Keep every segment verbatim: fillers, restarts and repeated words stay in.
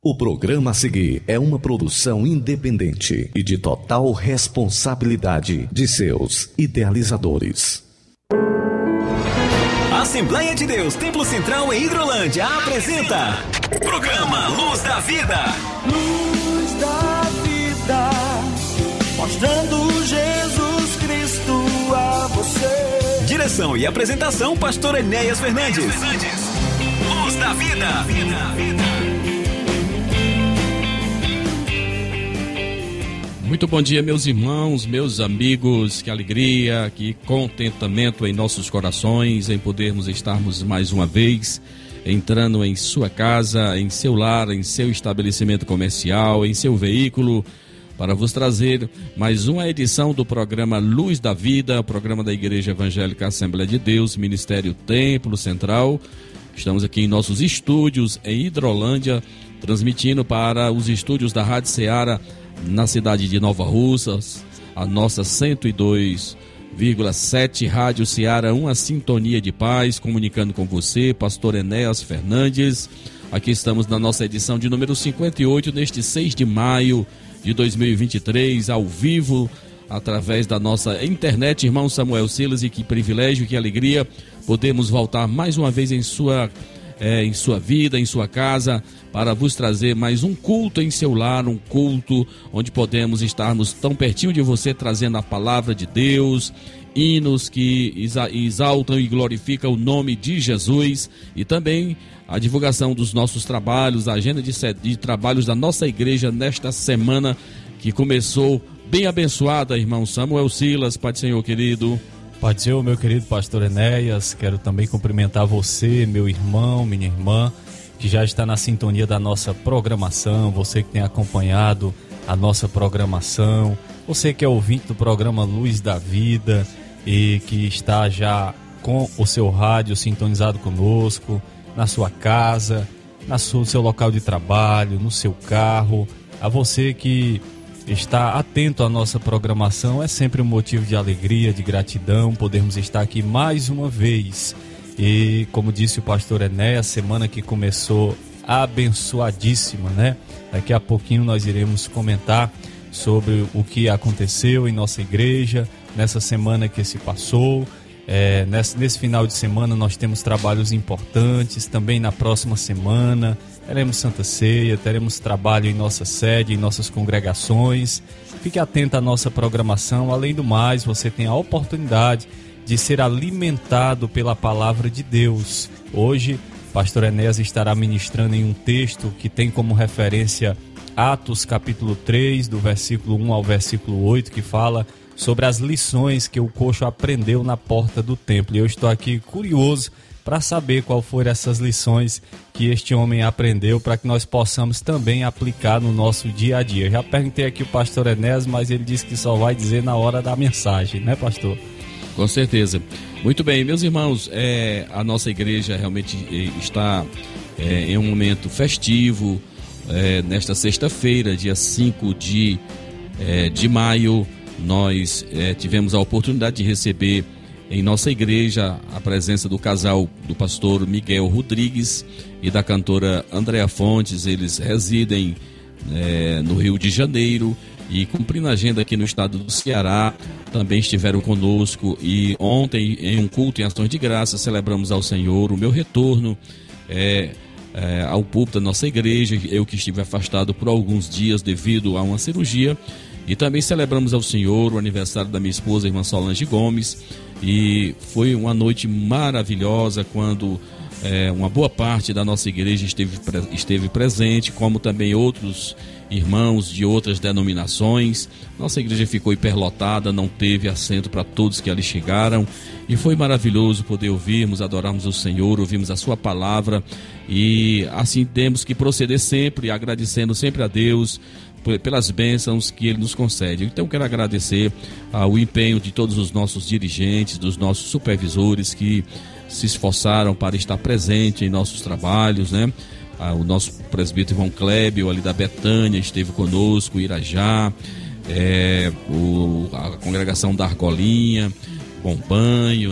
O programa a seguir é uma produção independente e de total responsabilidade de seus idealizadores. Assembleia de Deus, Templo Central em Hidrolândia apresenta Programa Luz da Vida. Luz da Vida, mostrando Jesus Cristo a você. Direção e apresentação, Pastor Enéas Fernandes. Luz da Vida. Muito bom dia, meus irmãos, meus amigos, que alegria, que contentamento em nossos corações, em podermos estarmos mais uma vez entrando em sua casa, em seu lar, em seu estabelecimento comercial, em seu veículo, para vos trazer mais uma edição do programa Luz da Vida, programa da Igreja Evangélica Assembleia de Deus, Ministério Templo Central. Estamos aqui em nossos estúdios em Hidrolândia, transmitindo para os estúdios da Rádio Ceará, na cidade de Nova Russas, a nossa cento e dois vírgula sete Rádio Ceará, uma sintonia de paz, comunicando com você, Pastor Enéas Fernandes. Aqui estamos na nossa edição de número cinquenta e oito, neste seis de maio de dois mil e vinte e três, ao vivo, através da nossa internet, irmão Samuel Silas, e que privilégio, que alegria, podemos voltar mais uma vez em sua, é, em sua vida, em sua casa, para vos trazer mais um culto em seu lar, um culto onde podemos estarmos tão pertinho de você, trazendo a palavra de Deus, hinos que exaltam e glorificam o nome de Jesus, e também a divulgação dos nossos trabalhos, a agenda de, de trabalhos da nossa igreja nesta semana que começou bem abençoada, irmão Samuel Silas. Pai do Senhor, querido. Pai do Senhor, meu querido pastor Enéas, quero também cumprimentar você, meu irmão, minha irmã, que já está na sintonia da nossa programação, você que tem acompanhado a nossa programação, você que é ouvinte do programa Luz da Vida e que está já com o seu rádio sintonizado conosco, na sua casa, no seu local de trabalho, no seu carro, a você que está atento à nossa programação, é sempre um motivo de alegria, de gratidão, podermos estar aqui mais uma vez. E como disse o pastor Enéas, semana que começou abençoadíssima, né? Daqui a pouquinho nós iremos comentar sobre o que aconteceu em nossa igreja nessa semana que se passou. É, nesse, nesse final de semana nós temos trabalhos importantes, também na próxima semana teremos Santa Ceia, teremos trabalho em nossa sede, em nossas congregações. Fique atento à nossa programação. Além do mais, você tem a oportunidade de ser alimentado pela palavra de Deus. Hoje, pastor Enéas estará ministrando em um texto que tem como referência Atos capítulo três, do versículo um ao versículo oito, que fala sobre as lições que o coxo aprendeu na porta do templo. E eu estou aqui curioso para saber qual foram essas lições que este homem aprendeu, para que nós possamos também aplicar no nosso dia a dia. Já perguntei aqui o pastor Enéas, mas ele disse que só vai dizer na hora da mensagem, né, pastor? Com certeza. Muito bem, meus irmãos, é, a nossa igreja realmente está é, em um momento festivo. É, nesta sexta-feira, dia cinco de, é, de maio, nós é, tivemos a oportunidade de receber em nossa igreja a presença do casal do pastor Miguel Rodrigues e da cantora Andréa Fontes. Eles residem é, no Rio de Janeiro e, cumprindo a agenda aqui no estado do Ceará, também estiveram conosco. E ontem, em um culto em ações de graça, celebramos ao Senhor o meu retorno é, é, ao púlpito da nossa igreja, eu que estive afastado por alguns dias devido a uma cirurgia. E também celebramos ao Senhor o aniversário da minha esposa, a irmã Solange Gomes, e foi uma noite maravilhosa, quando é, uma boa parte da nossa igreja esteve, esteve presente, como também outros irmãos de outras denominações. Nossa igreja ficou hiperlotada, não teve assento para todos que ali chegaram, e foi maravilhoso poder ouvirmos, adorarmos o Senhor, ouvirmos a sua palavra, e assim temos que proceder sempre, agradecendo sempre a Deus pelas bênçãos que Ele nos concede. Então quero agradecer ao empenho de todos os nossos dirigentes, dos nossos supervisores que se esforçaram para estar presente em nossos trabalhos, né? O nosso presbítero João Clébio, ali da Betânia, esteve conosco, Irajá, é, o, a congregação da Argolinha, Bom Banho, né?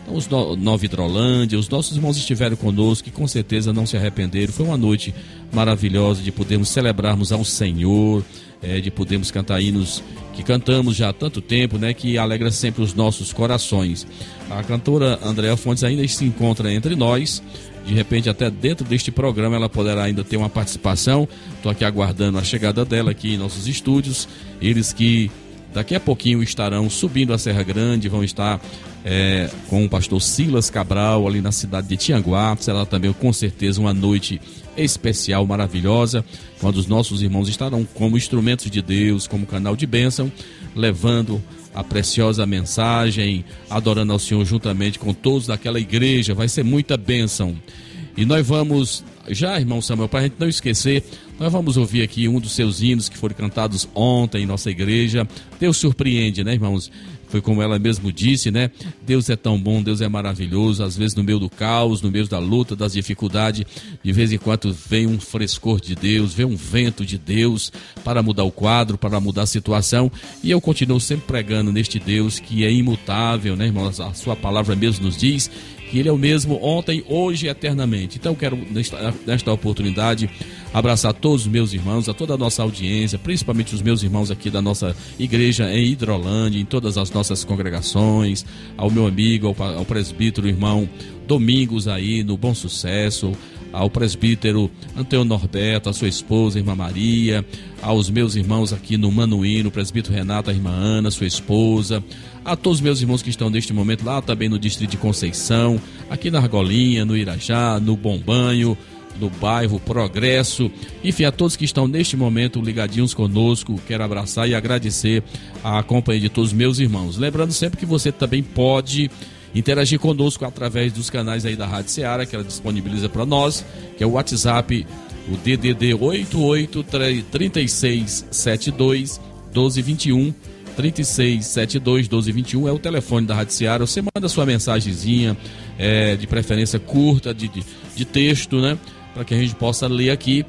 Então, os no, Nova Hidrolândia, os nossos irmãos estiveram conosco, que com certeza não se arrependeram. Foi uma noite maravilhosa de podermos celebrarmos ao Senhor, é, de podermos cantar hinos que cantamos já há tanto tempo, né, que alegra sempre os nossos corações. A cantora Andréa Fontes ainda se encontra entre nós. De repente, até dentro deste programa, ela poderá ainda ter uma participação. Estou aqui aguardando a chegada dela aqui em nossos estúdios. Eles que daqui a pouquinho estarão subindo a Serra Grande, vão estar é, com o pastor Silas Cabral ali na cidade de Tianguá. Será também com certeza uma noite especial, maravilhosa, quando os nossos irmãos estarão como instrumentos de Deus, como canal de bênção, levando a preciosa mensagem, adorando ao Senhor juntamente com todos daquela igreja. Vai ser muita bênção. E nós vamos, já, irmão Samuel, para a gente não esquecer, nós vamos ouvir aqui um dos seus hinos que foram cantados ontem em nossa igreja. Deus surpreende, né, irmãos? Foi como ela mesmo disse, né? Deus é tão bom, Deus é maravilhoso. Às vezes no meio do caos, no meio da luta, das dificuldades, de vez em quando vem um frescor de Deus, vem um vento de Deus para mudar o quadro, para mudar a situação. E eu continuo sempre pregando neste Deus que é imutável, né, irmãos? A sua palavra mesmo nos diz que Ele é o mesmo ontem, hoje e eternamente. Então eu quero, nesta, nesta oportunidade, abraçar todos os meus irmãos, a toda a nossa audiência, principalmente os meus irmãos aqui da nossa igreja em Hidrolândia, em todas as nossas congregações, ao meu amigo, ao, ao presbítero irmão Domingos aí no Bom Sucesso, ao presbítero Antônio Norberto, a sua esposa, a irmã Maria, aos meus irmãos aqui no Manuíno, o presbítero Renato, a irmã Ana, sua esposa, a todos os meus irmãos que estão neste momento lá também no distrito de Conceição, aqui na Argolinha, no Irajá, no Bom Banho, no bairro Progresso, enfim, a todos que estão neste momento ligadinhos conosco, quero abraçar e agradecer a companhia de todos os meus irmãos. Lembrando sempre que você também pode interagir conosco através dos canais aí da Rádio Ceará, que ela disponibiliza para nós, que é o WhatsApp, o D D D oito oito, três seis sete dois, um dois dois um, três seis sete dois, um dois dois um é o telefone da Rádio Ceará. Você manda sua mensagenzinha, é, de preferência curta, de, de, de texto, né? Para que a gente possa ler aqui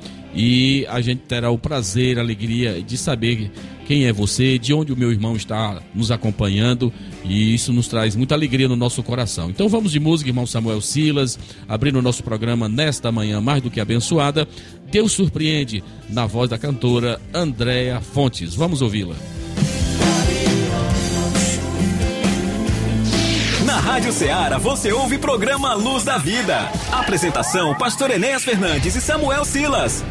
e a gente terá o prazer, a alegria de saber quem é você, de onde o meu irmão está nos acompanhando, e isso nos traz muita alegria no nosso coração. Então vamos de música, irmão Samuel Silas, abrindo o nosso programa nesta manhã mais do que abençoada. Deus surpreende, na voz da cantora Andréa Fontes. Vamos ouvi-la. Na Rádio Ceará você ouve programa Luz da Vida. Apresentação, pastor Enéas Fernandes e Samuel Silas.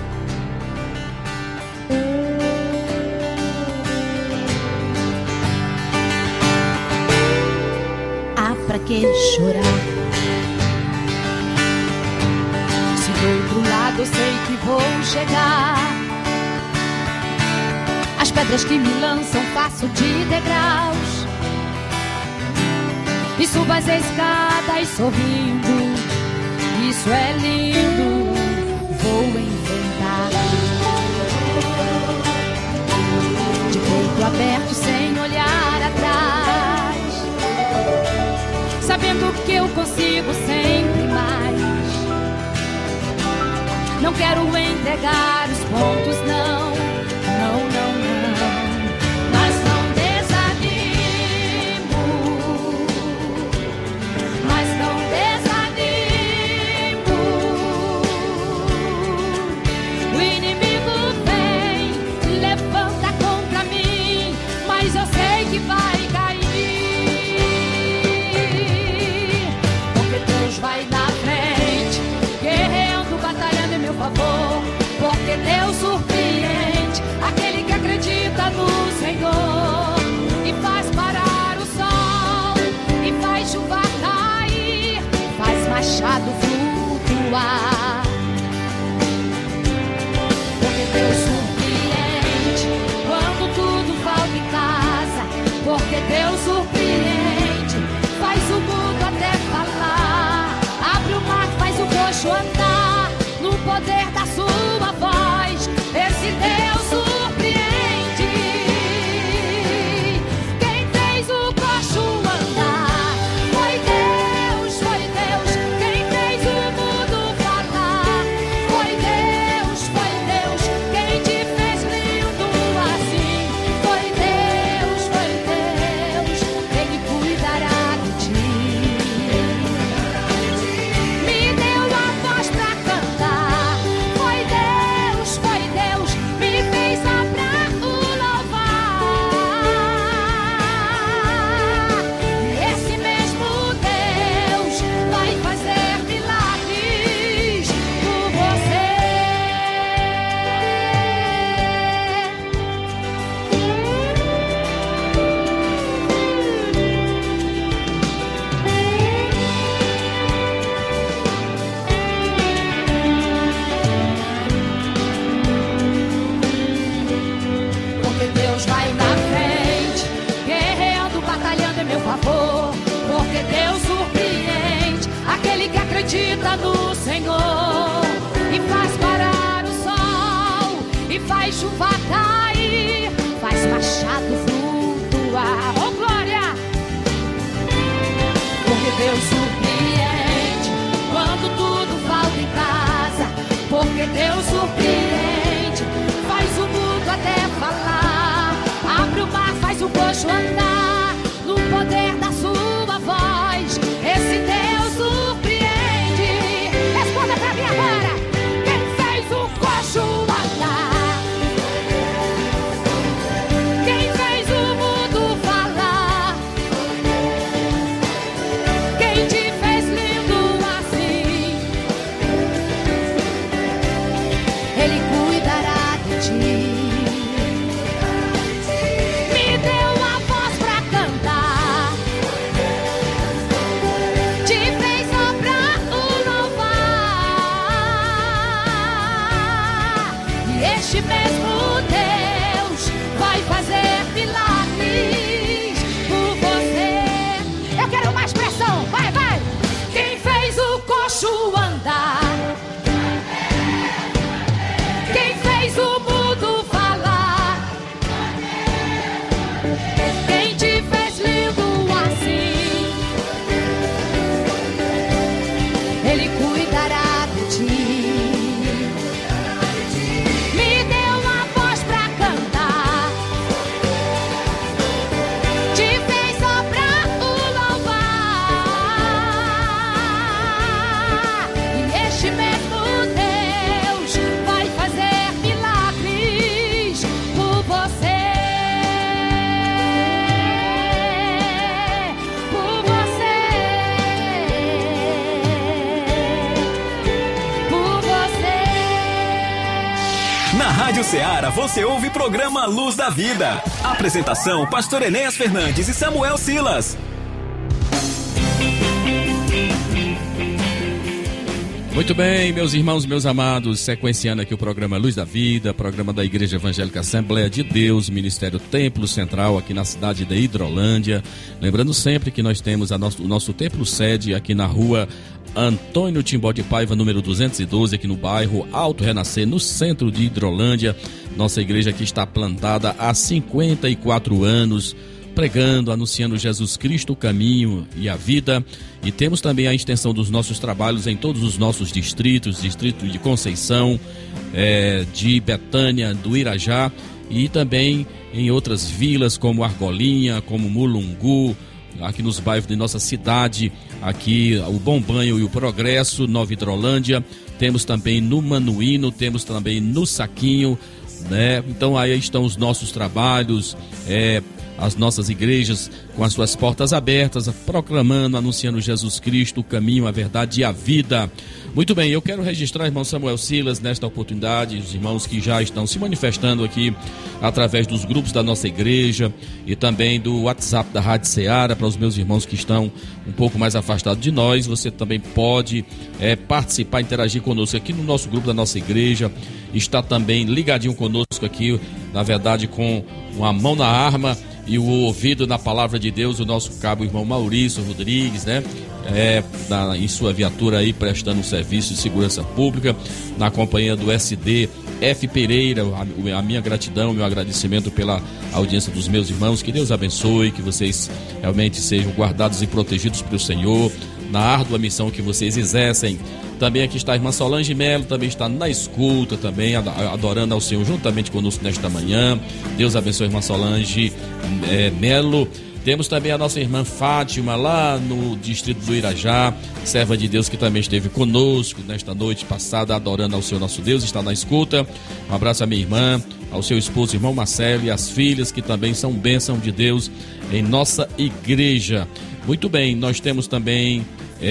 Há pra que chorar? Se do outro lado eu sei que vou chegar, as pedras que me lançam faço de degraus, e subo as escadas sorrindo. Isso é lindo, vou enfrentar. De peito aberto, sem olhar atrás, sabendo que eu consigo sempre mais. Não quero entregar os pontos, não, não, não, não. Mas não desanimo, mas não desanimo. O inimigo vem, levanta contra mim, mas eu sei que vai cair, porque Deus vai na frente, guerreando, batalhando em meu favor. Porque Deus surpreende aquele que acredita no Senhor, e faz parar o sol, e faz chuva cair, faz machado flutuar. Porque Deus surpreende quando tudo falta em casa. Porque Deus surpreende, faz o mundo até falar, abre o mar, faz o coxo andar, no poder da sua voz. Esse Deus surpreende. Quem fez o coxo andar foi Deus, foi Deus. Quem fez o mundo falar foi Deus, foi Deus. Quem te fez lindo assim foi Deus, foi Deus. Ele cuidará de ti. acredita no Senhor e faz parar o sol e faz chuva cair, faz machado flutuar. Oh, glória! Porque Deus surpreende quando tudo falta em casa. Porque Deus surpreende, faz o mundo até falar, abre o mar, faz o coxo andar, no poder da sua voz. Esse Deus surpreende. Responda pra mim agora: quem fez o coxo andar? Quem fez o mundo falar? Quem te fez lindo assim? Ele cuidará de ti. Me deu a voz pra cantar, te fez só pra o louvar. E este mesmo Deus vai fazer milagres por você. Eu quero mais pressão, vai, vai! Quem fez o coxo andar? Quem fez o mundo falar? Quem te fez lindo assim? Ele cuidará de ti. Me deu a voz pra cantar, te fez só pra o louvar. E este mesmo Deus vai fazer milagres por você. Por você. Por você. Na Rádio Ceará você ouve o programa Luz da Vida. Apresentação: Pastor Enéas Fernandes e Samuel Silas. Muito bem, meus irmãos, meus amados, sequenciando aqui o programa Luz da Vida, programa da Igreja Evangélica Assembleia de Deus, Ministério Templo Central, aqui na cidade de Hidrolândia. Lembrando sempre que nós temos a nosso, o nosso templo sede aqui na rua Antônio Timbó de Paiva, número duzentos e doze, aqui no bairro Alto Renascer, no centro de Hidrolândia. Nossa igreja aqui está plantada há cinquenta e quatro anos, pregando, anunciando Jesus Cristo, o caminho e a vida. E temos também a extensão dos nossos trabalhos em todos os nossos distritos, distrito de Conceição, é, de Betânia, do Irajá, e também em outras vilas como Argolinha, como Mulungu, aqui nos bairros de nossa cidade, aqui o Bom Banho e o Progresso, Nova Hidrolândia. Temos também no Manuíno, temos também no Saquinho, né? Então aí estão os nossos trabalhos, é, as nossas igrejas com as suas portas abertas, proclamando, anunciando Jesus Cristo, o caminho, a verdade e a vida. Muito bem, eu quero registrar, irmão Samuel Silas, nesta oportunidade, os irmãos que já estão se manifestando aqui através dos grupos da nossa igreja e também do WhatsApp da Rádio Ceará. Para os meus irmãos que estão um pouco mais afastados de nós, você também pode é, participar, interagir conosco aqui no nosso grupo da nossa igreja. Está também ligadinho conosco aqui, na verdade, com uma mão na arma e o ouvido na palavra de Deus, o nosso cabo irmão Maurício Rodrigues, né? É, na, em sua viatura aí, prestando um serviço de segurança pública, na companhia do S D F Pereira. A, a minha gratidão, o meu agradecimento pela audiência dos meus irmãos. Que Deus abençoe, que vocês realmente sejam guardados e protegidos pelo Senhor na árdua missão que vocês exercem. Também aqui está a irmã Solange Melo, também está na escuta, também adorando ao Senhor juntamente conosco nesta manhã. Deus abençoe a irmã Solange é, Melo. Temos também a nossa irmã Fátima, lá no distrito do Irajá, serva de Deus, que também esteve conosco nesta noite passada, adorando ao Senhor nosso Deus, está na escuta. Um abraço à minha irmã, ao seu esposo, irmão Marcelo, e às filhas, que também são bênção de Deus em nossa igreja. Muito bem, nós temos também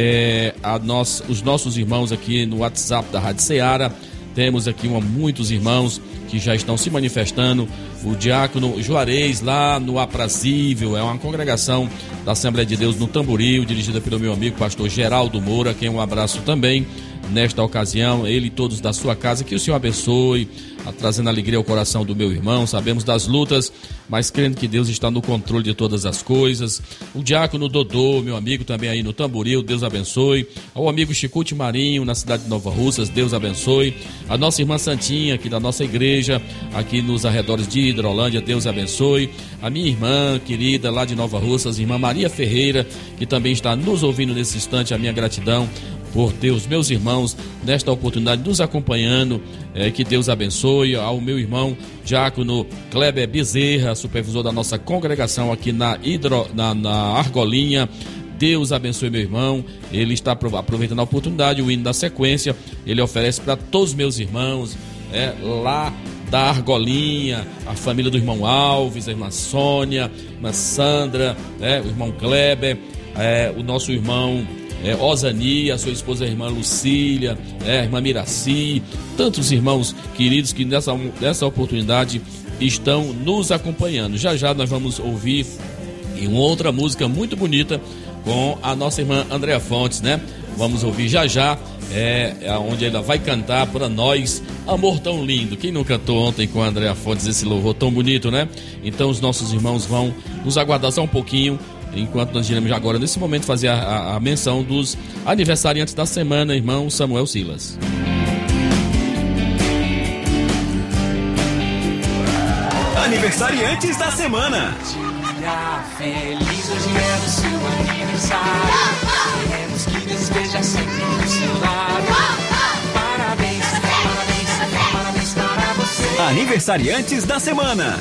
é, a nós, os nossos irmãos aqui no WhatsApp da Rádio Ceará. Temos aqui uma, muitos irmãos que já estão se manifestando. O diácono Juarez, lá no Aprazível, é uma congregação da Assembleia de Deus no Tamboril, dirigida pelo meu amigo pastor Geraldo Moura, quem um abraço também. nesta ocasião, ele e todos da sua casa, que o Senhor abençoe, trazendo alegria ao coração do meu irmão. Sabemos das lutas, mas crendo que Deus está no controle de todas as coisas. O diácono Dodô, meu amigo também aí no Tamboril, Deus abençoe. Ao amigo Chicute Marinho, na cidade de Nova Russas, Deus abençoe. A nossa irmã Santinha, aqui da nossa igreja, aqui nos arredores de Hidrolândia, Deus abençoe. A minha irmã querida lá de Nova Russas, irmã Maria Ferreira, que também está nos ouvindo nesse instante, a minha gratidão por ter os meus irmãos nesta oportunidade nos acompanhando, é, que Deus abençoe. Ao meu irmão diácono Kleber Bezerra, supervisor da nossa congregação aqui na, Hidro, na, na Argolinha, Deus abençoe meu irmão. Ele está aproveitando a oportunidade, o hino da sequência ele oferece para todos os meus irmãos é, lá da Argolinha, a família do irmão Alves, a irmã Sônia, a irmã Sandra, é, o irmão Kleber, é, o nosso irmão É, Osani, a sua esposa, a irmã Lucília, é, a irmã Miraci, tantos irmãos queridos que nessa, nessa oportunidade estão nos acompanhando. Já já nós vamos ouvir uma outra música muito bonita com a nossa irmã Andréa Fontes, né? Vamos ouvir já já, é, é onde ela vai cantar para nós Amor Tão Lindo. Quem não cantou ontem com a Andréa Fontes esse louvor tão bonito, né? Então os nossos irmãos vão nos aguardar só um pouquinho, enquanto nós iremos agora, nesse momento, fazer a, a, a menção dos aniversariantes da semana, irmão Samuel Silas. Aniversariantes da semana. Dia feliz, hoje é o seu aniversário. Queremos que Deus esteja sempre do seu lado. Parabéns, parabéns, parabéns para você. Aniversariantes da semana.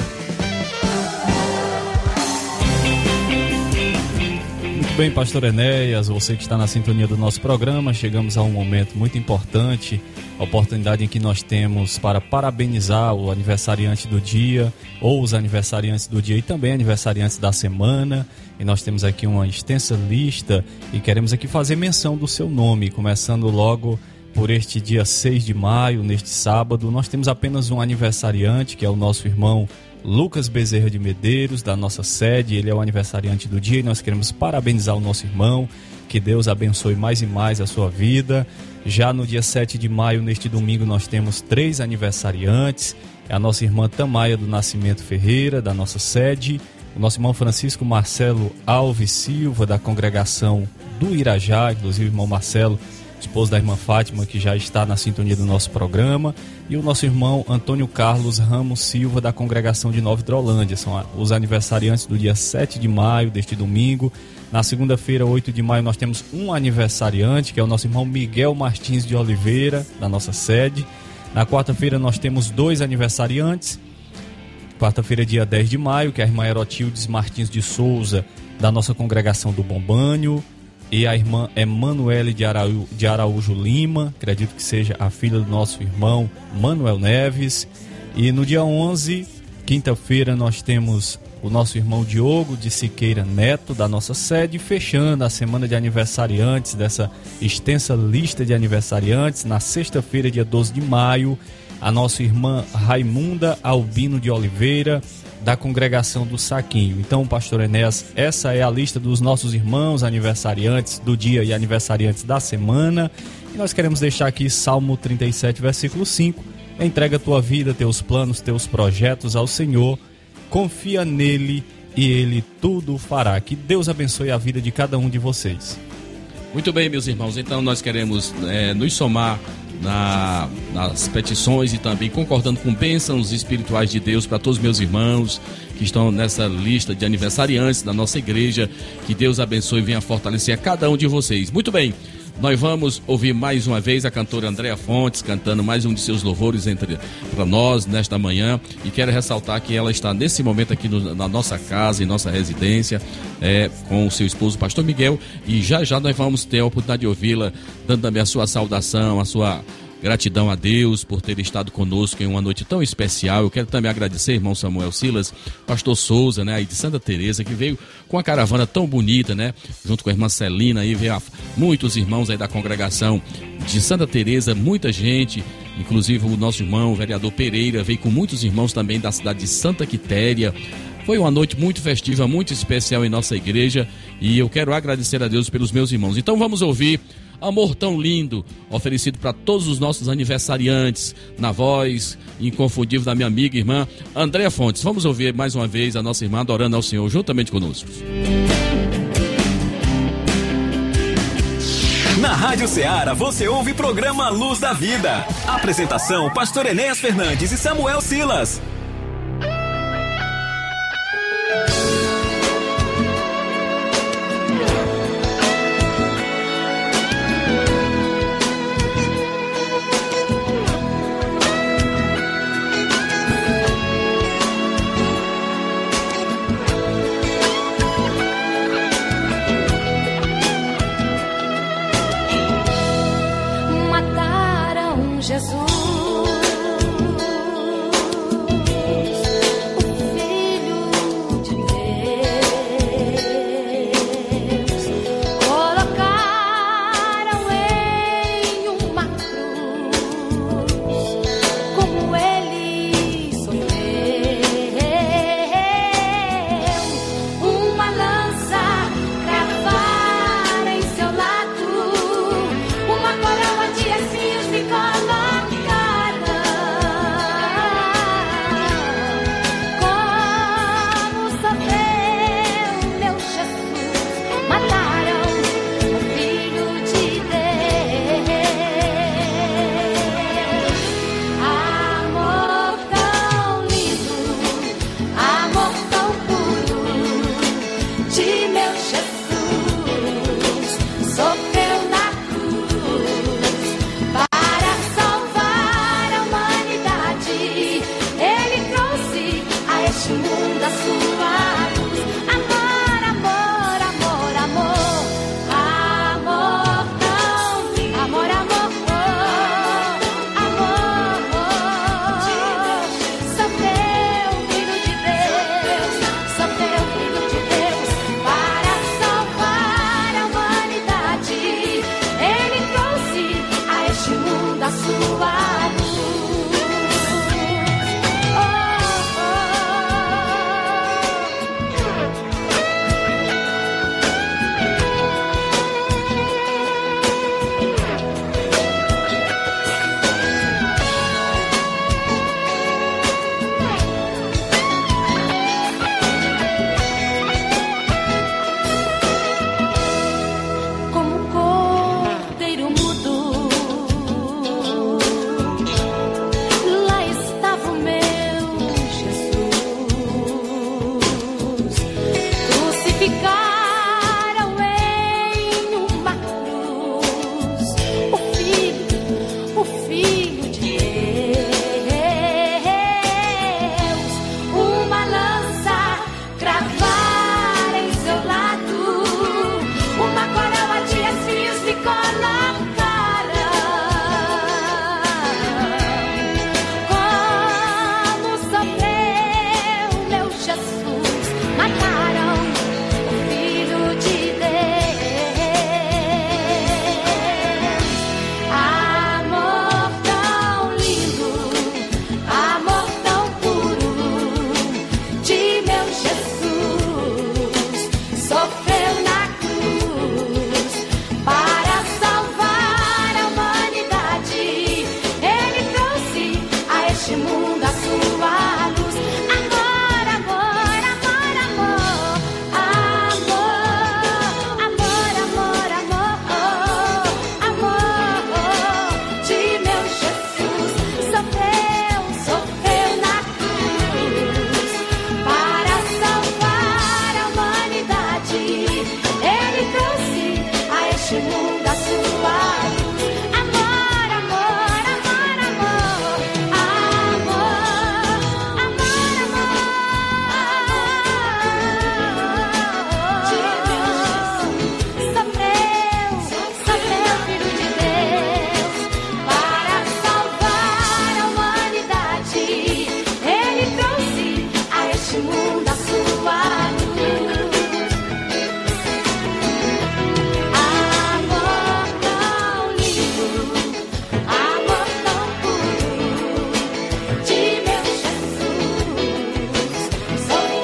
Bem, pastor Enéas, você que está na sintonia do nosso programa, chegamos a um momento muito importante, a oportunidade em que nós temos para parabenizar o aniversariante do dia, ou os aniversariantes do dia e também aniversariantes da semana. E nós temos aqui uma extensa lista e queremos aqui fazer menção do seu nome, começando logo por este dia seis de maio, neste sábado. Nós temos apenas um aniversariante, que é o nosso irmão Lucas Bezerra de Medeiros, da nossa sede. Ele é o aniversariante do dia e nós queremos parabenizar o nosso irmão, que Deus abençoe mais e mais a sua vida. Já no dia sete de maio, neste domingo, nós temos três aniversariantes. É a nossa irmã Tamaia do Nascimento Ferreira, da nossa sede, o nosso irmão Francisco Marcelo Alves Silva, da congregação do Irajá, inclusive o irmão Marcelo, esposo da irmã Fátima, que já está na sintonia do nosso programa, e o nosso irmão Antônio Carlos Ramos Silva, da congregação de Nova Hidrolândia. São os aniversariantes do dia sete de maio, deste domingo. Na segunda-feira, oito de maio, nós temos um aniversariante, que é o nosso irmão Miguel Martins de Oliveira, da nossa sede. Na quarta-feira, nós temos dois aniversariantes. Quarta-feira, dia dez de maio, que é a irmã Erotildes Martins de Souza, da nossa congregação do Bombânio, e a irmã Emanuele de Araújo, de Araújo Lima, acredito que seja a filha do nosso irmão Manuel Neves. E no dia onze, quinta-feira, nós temos o nosso irmão Diogo de Siqueira Neto, da nossa sede, fechando a semana de aniversariantes, dessa extensa lista de aniversariantes. Na sexta-feira, dia doze de maio, a nossa irmã Raimunda Albino de Oliveira, da congregação do Saquinho. Então, pastor Enéas, essa é a lista dos nossos irmãos aniversariantes do dia e aniversariantes da semana. E nós queremos deixar aqui Salmo trinta e sete, versículo cinco. Entrega a tua vida, teus planos, teus projetos ao Senhor. Confia nele e ele tudo fará. Que Deus abençoe a vida de cada um de vocês. Muito bem, meus irmãos. Então, nós queremos é, nos somar Na, nas petições e também concordando com bênçãos espirituais de Deus para todos os meus irmãos que estão nessa lista de aniversariantes da nossa igreja. Que Deus abençoe e venha fortalecer a cada um de vocês. Muito bem, nós vamos ouvir mais uma vez a cantora Andréa Fontes cantando mais um de seus louvores para nós nesta manhã, e quero ressaltar que ela está nesse momento aqui no, na nossa casa, em nossa residência, é, com o seu esposo, pastor Miguel, e já já nós vamos ter a oportunidade de ouvi-la, dando também a sua saudação, a sua gratidão a Deus por ter estado conosco em uma noite tão especial. Eu quero também agradecer, irmão Samuel Silas, pastor Souza, né, aí de Santa Teresa, que veio com uma caravana tão bonita, né, junto com a irmã Celina, aí veio muitos irmãos aí da congregação de Santa Teresa, muita gente, inclusive o nosso irmão, o vereador Pereira, veio com muitos irmãos também da cidade de Santa Quitéria. Foi uma noite muito festiva, muito especial em nossa igreja, e eu quero agradecer a Deus pelos meus irmãos. Então vamos ouvir Amor Tão Lindo, oferecido para todos os nossos aniversariantes, na voz inconfundível da minha amiga e irmã Andréa Fontes. Vamos ouvir mais uma vez a nossa irmã adorando ao Senhor juntamente conosco. Na Rádio Ceará você ouve programa Luz da Vida. Apresentação: Pastor Enéas Fernandes e Samuel Silas. Mataram Jesus.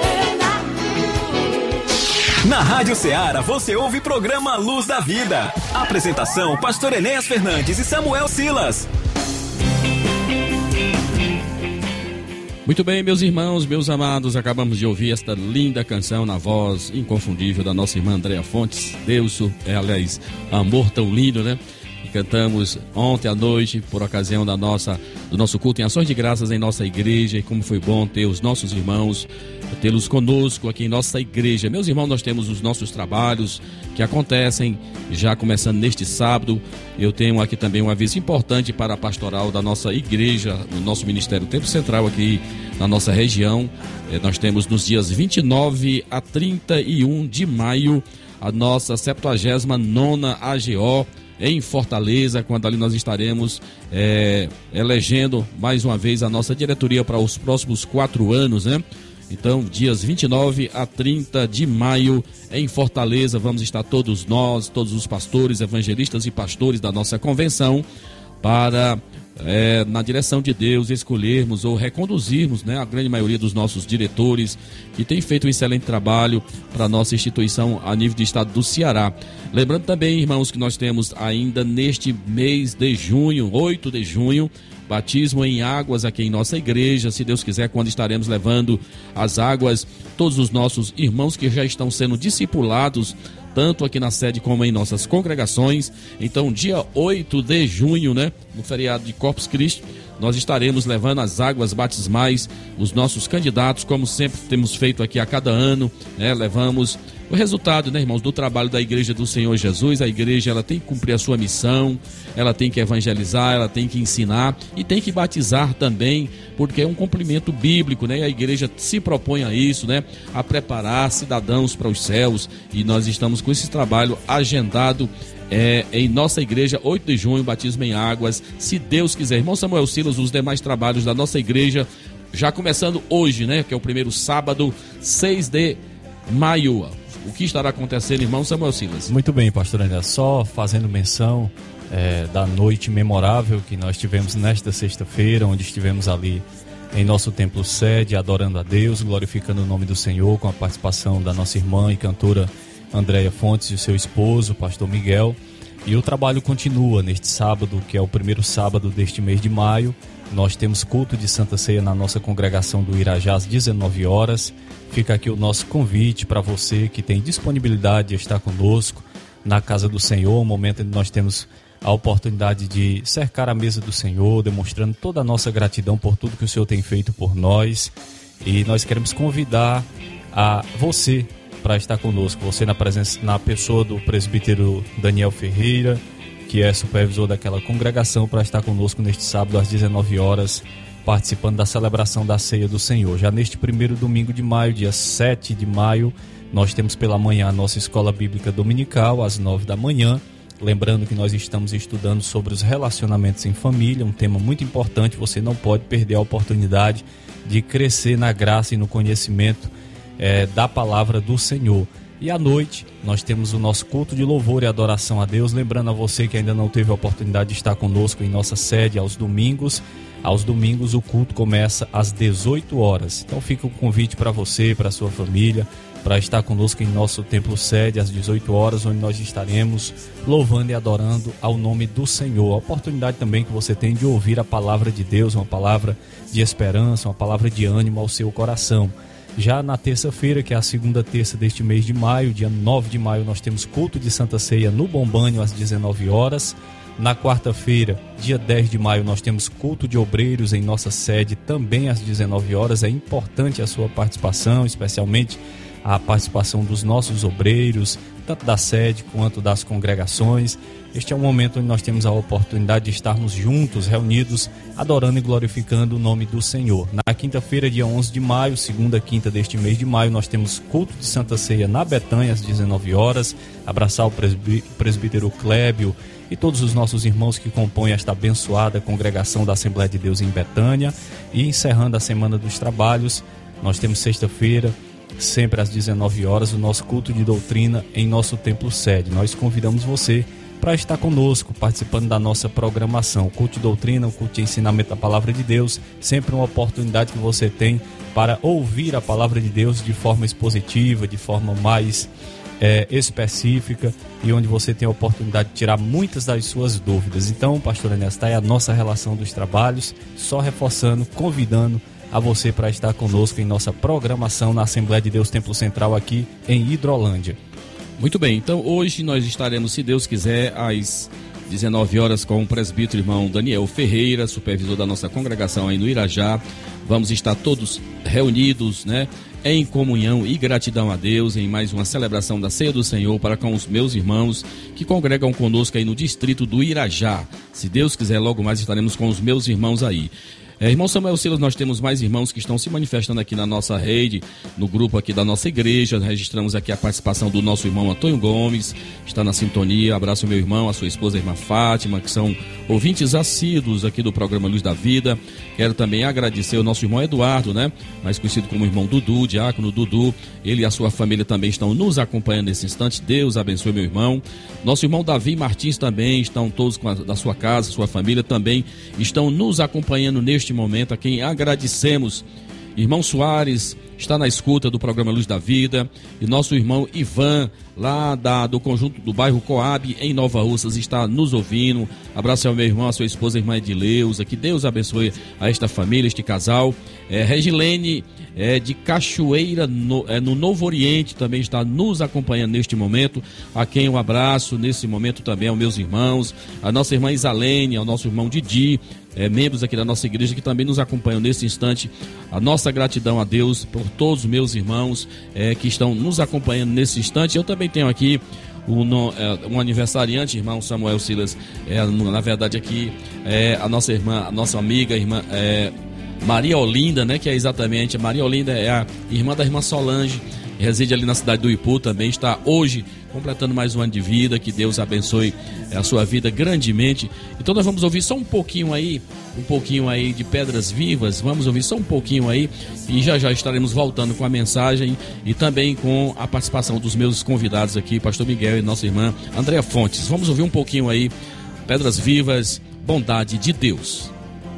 Na Rádio Ceará você ouve programa Luz da Vida. Apresentação: Pastor Enéas Fernandes e Samuel Silas. Muito bem, meus irmãos, meus amados, acabamos de ouvir esta linda canção na voz inconfundível da nossa irmã Andréa Fontes. Deus é, aliás, amor tão lindo, né? E cantamos ontem à noite, por ocasião da nossa, do nosso culto em ações de graças em nossa igreja. E como foi bom ter os nossos irmãos, tê-los conosco aqui em nossa igreja. Meus irmãos, nós temos os nossos trabalhos que acontecem já começando neste sábado. Eu tenho aqui também um aviso importante para a pastoral da nossa igreja, no nosso Ministério Tempo Central aqui na nossa região. Nós temos nos dias vinte e nove a trinta e um de maio a nossa septuagésima nona A G O em Fortaleza, quando ali nós estaremos é, elegendo mais uma vez a nossa diretoria para os próximos quatro anos, né? Então, dias vinte e nove a trinta de maio em Fortaleza, vamos estar todos nós, todos os pastores, evangelistas e pastores da nossa convenção para, é, na direção de Deus, escolhermos ou reconduzirmos, né, a grande maioria dos nossos diretores que tem feito um excelente trabalho para a nossa instituição a nível do estado do Ceará. Lembrando também, irmãos, que nós temos ainda neste mês de junho, oito de junho, batismo em águas aqui em nossa igreja, se Deus quiser, quando estaremos levando as águas, todos os nossos irmãos que já estão sendo discipulados, tanto aqui na sede como em nossas congregações. Então, dia oito de junho, né, no feriado de Corpus Christi, nós estaremos levando as águas batismais, os nossos candidatos, como sempre temos feito aqui a cada ano, né, levamos o resultado, né, irmãos, do trabalho da Igreja do Senhor Jesus. A igreja, ela tem que cumprir a sua missão, ela tem que evangelizar, ela tem que ensinar e tem que batizar também, porque é um cumprimento bíblico, né? E a igreja se propõe a isso, né? A preparar cidadãos para os céus, e nós estamos com esse trabalho agendado é, em nossa igreja, oito de junho, batismo em águas, se Deus quiser. Irmão Samuel Silas, os demais trabalhos da nossa igreja, já começando hoje, né? Que é o primeiro sábado, seis de maio. O que estará acontecendo, irmão Samuel Silas? Muito bem, pastor André, só fazendo menção é, da noite memorável que nós tivemos nesta sexta-feira, onde estivemos ali em nosso templo sede, adorando a Deus, glorificando o nome do Senhor, com a participação da nossa irmã e cantora Andréa Fontes e o seu esposo, pastor Miguel. E o trabalho continua neste sábado, que é o primeiro sábado deste mês de maio. Nós temos culto de Santa Ceia na nossa congregação do Irajá às dezenove horas. Fica aqui o nosso convite para você que tem disponibilidade de estar conosco na casa do Senhor, um momento em que nós temos a oportunidade de cercar a mesa do Senhor, demonstrando toda a nossa gratidão por tudo que o Senhor tem feito por nós. E nós queremos convidar a você para estar conosco, você na presença, na pessoa do presbítero Daniel Ferreira, que é supervisor daquela congregação, para estar conosco neste sábado às dezenove horas, participando da celebração da Ceia do Senhor. Já neste primeiro domingo de maio, dia sete de maio, nós temos pela manhã a nossa escola bíblica dominical, às nove da manhã. Lembrando que nós estamos estudando sobre os relacionamentos em família, um tema muito importante. Você não pode perder a oportunidade de crescer na graça e no conhecimento é, da palavra do Senhor. E à noite nós temos o nosso culto de louvor e adoração a Deus. Lembrando a você que ainda não teve a oportunidade de estar conosco em nossa sede aos domingos. Aos domingos o culto começa às dezoito horas. Então fica o convite para você, para a sua família, para estar conosco em nosso templo sede às dezoito horas, onde nós estaremos louvando e adorando ao nome do Senhor. A oportunidade também que você tem de ouvir a palavra de Deus, uma palavra de esperança, uma palavra de ânimo ao seu coração. Já na terça-feira, que é a segunda terça deste mês de maio, dia nove de maio, nós temos culto de Santa Ceia no Bombânio às dezenove horas. Na quarta-feira, dia dez de maio, nós temos culto de obreiros em nossa sede também às dezenove horas. É importante a sua participação, especialmente a participação dos nossos obreiros, tanto da sede quanto das congregações. Este é um momento onde nós temos a oportunidade de estarmos juntos, reunidos, adorando e glorificando o nome do Senhor. Na quinta-feira, dia onze de maio, segunda quinta deste mês de maio, nós temos culto de Santa Ceia na Betânia às dezenove horas. Abraçar o presbí- presbítero Clébio e todos os nossos irmãos que compõem esta abençoada congregação da Assembleia de Deus em Betânia. E encerrando a Semana dos Trabalhos, nós temos sexta-feira, sempre às dezenove horas, o nosso culto de doutrina em nosso templo sede. Nós convidamos você para estar conosco, participando da nossa programação. O culto de doutrina, o culto de ensinamento da palavra de Deus, sempre uma oportunidade que você tem para ouvir a palavra de Deus de forma expositiva, de forma mais é, específica e onde você tem a oportunidade de tirar muitas das suas dúvidas. Então, pastor Enéas, está aí a nossa relação dos trabalhos, só reforçando, convidando a você para estar conosco em nossa programação na Assembleia de Deus Templo Central aqui em Hidrolândia. Muito bem, então hoje nós estaremos, se Deus quiser, às dezenove horas com o presbítero irmão Daniel Ferreira, supervisor da nossa congregação aí no Irajá. Vamos estar todos reunidos, né, em comunhão e gratidão a Deus em mais uma celebração da Ceia do Senhor para com os meus irmãos que congregam conosco aí no distrito do Irajá. Se Deus quiser, logo mais estaremos com os meus irmãos aí. É, irmão Samuel Silas, nós temos mais irmãos que estão se manifestando aqui na nossa rede, no grupo aqui da nossa igreja. Registramos aqui a participação do nosso irmão Antônio Gomes, está na sintonia. Abraço meu irmão, a sua esposa, a irmã Fátima, que são ouvintes assíduos aqui do programa Luz da Vida. Quero também agradecer o nosso irmão Eduardo, né, mais conhecido como irmão Dudu, diácono Dudu. Ele e a sua família também estão nos acompanhando nesse instante. Deus abençoe meu irmão. Nosso irmão Davi Martins também, estão todos com a, da sua casa, sua família também estão nos acompanhando neste momento, a quem agradecemos. Irmão Soares está na escuta do programa Luz da Vida, e nosso irmão Ivan, lá da, do conjunto do bairro Coab, em Nova Russas, está nos ouvindo. Abraço ao meu irmão, a sua esposa, a irmã Edileuza, que Deus abençoe a esta família, este casal. É, Regilene é, de Cachoeira, no, é, no Novo Oriente, também está nos acompanhando neste momento, a quem um abraço nesse momento também aos meus irmãos, a nossa irmã Isalene, ao nosso irmão Didi, É, membros aqui da nossa igreja que também nos acompanham nesse instante. A nossa gratidão a Deus por todos os meus irmãos é, que estão nos acompanhando nesse instante. Eu também tenho aqui um, um aniversariante, irmão Samuel Silas, é, na verdade aqui é, a nossa irmã, a nossa amiga, a irmã é, Maria Olinda, né, que é exatamente, a Maria Olinda é a irmã da irmã Solange, reside ali na cidade do Ipu, também está hoje completando mais um ano de vida. Que Deus abençoe a sua vida grandemente. Então nós vamos ouvir só um pouquinho aí, um pouquinho aí de Pedras Vivas, vamos ouvir só um pouquinho aí, e já já estaremos voltando com a mensagem e também com a participação dos meus convidados aqui, pastor Miguel e nossa irmã Andréa Fontes. Vamos ouvir um pouquinho aí, Pedras Vivas, Bondade de Deus.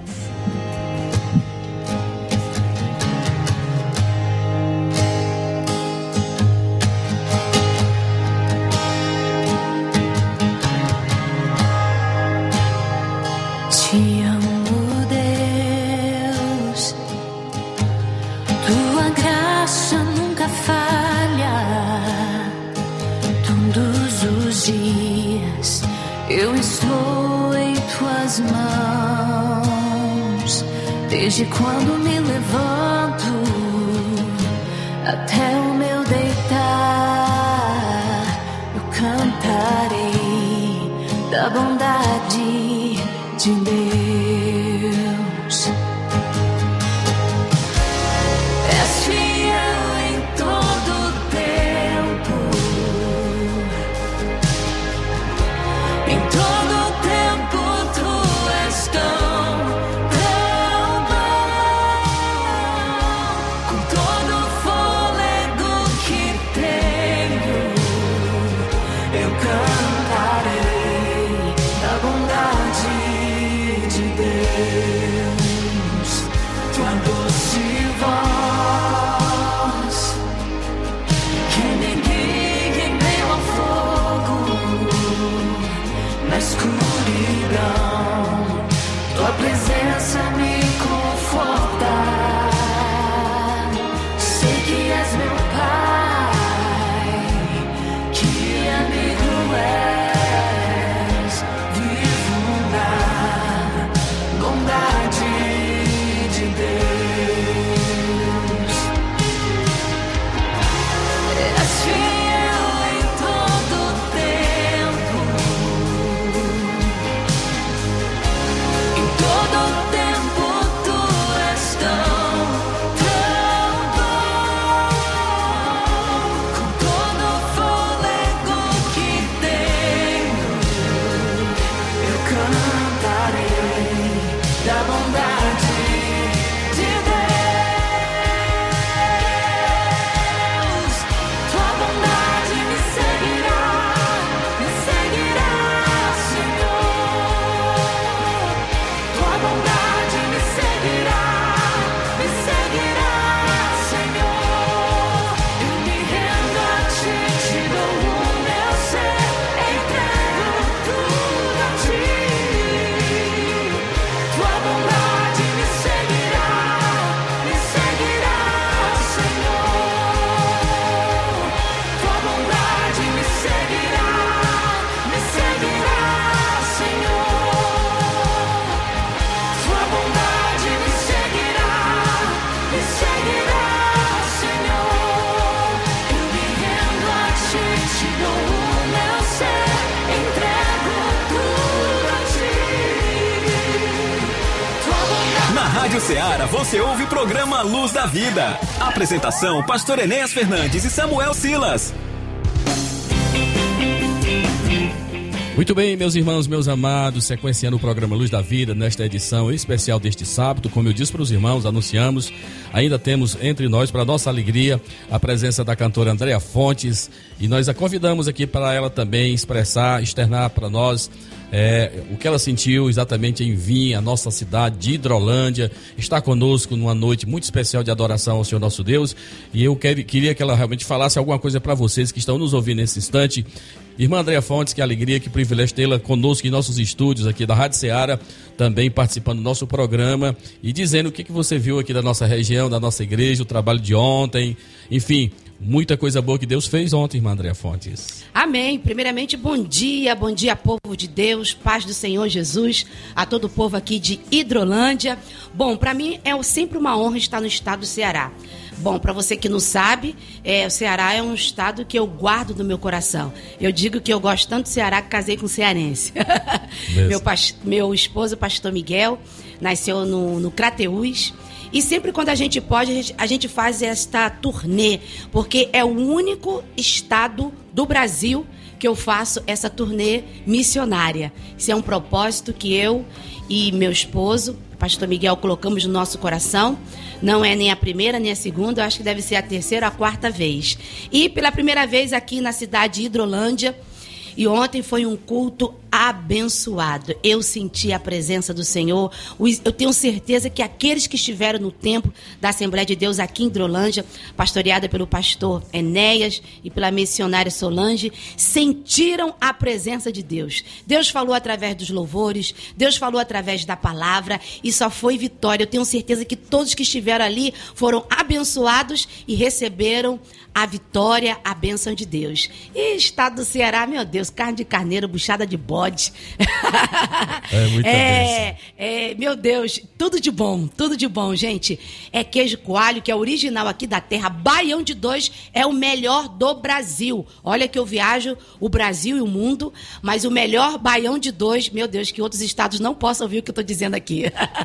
Desde quando me levanto até o meu deitar, eu cantarei da bondade de Deus. És fiel em todo o tempo, em todo o tempo tu és tão De Ceará você ouve o programa Luz da Vida. Apresentação, pastor Enéas Fernandes e Samuel Silas. Muito bem, meus irmãos, meus amados, sequenciando o programa Luz da Vida, nesta edição especial deste sábado, como eu disse para os irmãos, anunciamos, ainda temos entre nós, para nossa alegria, a presença da cantora Andréa Fontes, e nós a convidamos aqui para ela também expressar, externar para nós é, o que ela sentiu exatamente em vir à nossa cidade de Hidrolândia, está conosco numa noite muito especial de adoração ao Senhor nosso Deus, e eu quer, queria que ela realmente falasse alguma coisa para vocês que estão nos ouvindo nesse instante. Irmã Andréa Fontes, que alegria, que privilégio tê-la conosco em nossos estúdios aqui da Rádio Ceará, também participando do nosso programa e dizendo o que, que você viu aqui da nossa região, da nossa igreja, o trabalho de ontem, enfim, muita coisa boa que Deus fez ontem, irmã Andréa Fontes. Amém. Primeiramente, bom dia, bom dia, povo de Deus, paz do Senhor Jesus, a todo o povo aqui de Hidrolândia. Bom, para mim é sempre uma honra estar no estado do Ceará. Bom, para você que não sabe, é, o Ceará é um estado que eu guardo no meu coração. Eu digo que eu gosto tanto do Ceará que casei com um cearense. meu, meu esposo, pastor Miguel, nasceu no, no Crateús. E sempre quando a gente pode, a gente, a gente faz esta turnê, porque é o único estado do Brasil que eu faço essa turnê missionária. Isso é um propósito que eu e meu esposo, pastor Miguel, colocamos no nosso coração. Não é nem a primeira, nem a segunda, eu acho que deve ser a terceira ou a quarta vez. E pela primeira vez aqui na cidade de Hidrolândia, e ontem foi um culto abençoado. Eu senti a presença do Senhor. Eu tenho certeza que aqueles que estiveram no templo da Assembleia de Deus aqui em Hidrolândia, pastoreada pelo pastor Enéas e pela missionária Solange, sentiram a presença de Deus. Deus falou através dos louvores, Deus falou através da palavra e só foi vitória. Eu tenho certeza que todos que estiveram ali foram abençoados e receberam a vitória, a bênção de Deus. E estado do Ceará, meu Deus, carne de carneiro, buchada de bode. É muita é, é, meu Deus, tudo de bom, tudo de bom, gente. É queijo coalho, que é original aqui da terra. Baião de Dois é o melhor do Brasil. Olha que eu viajo o Brasil e o mundo, mas o melhor baião de dois, meu Deus, que outros estados não possam ouvir o que eu estou dizendo aqui.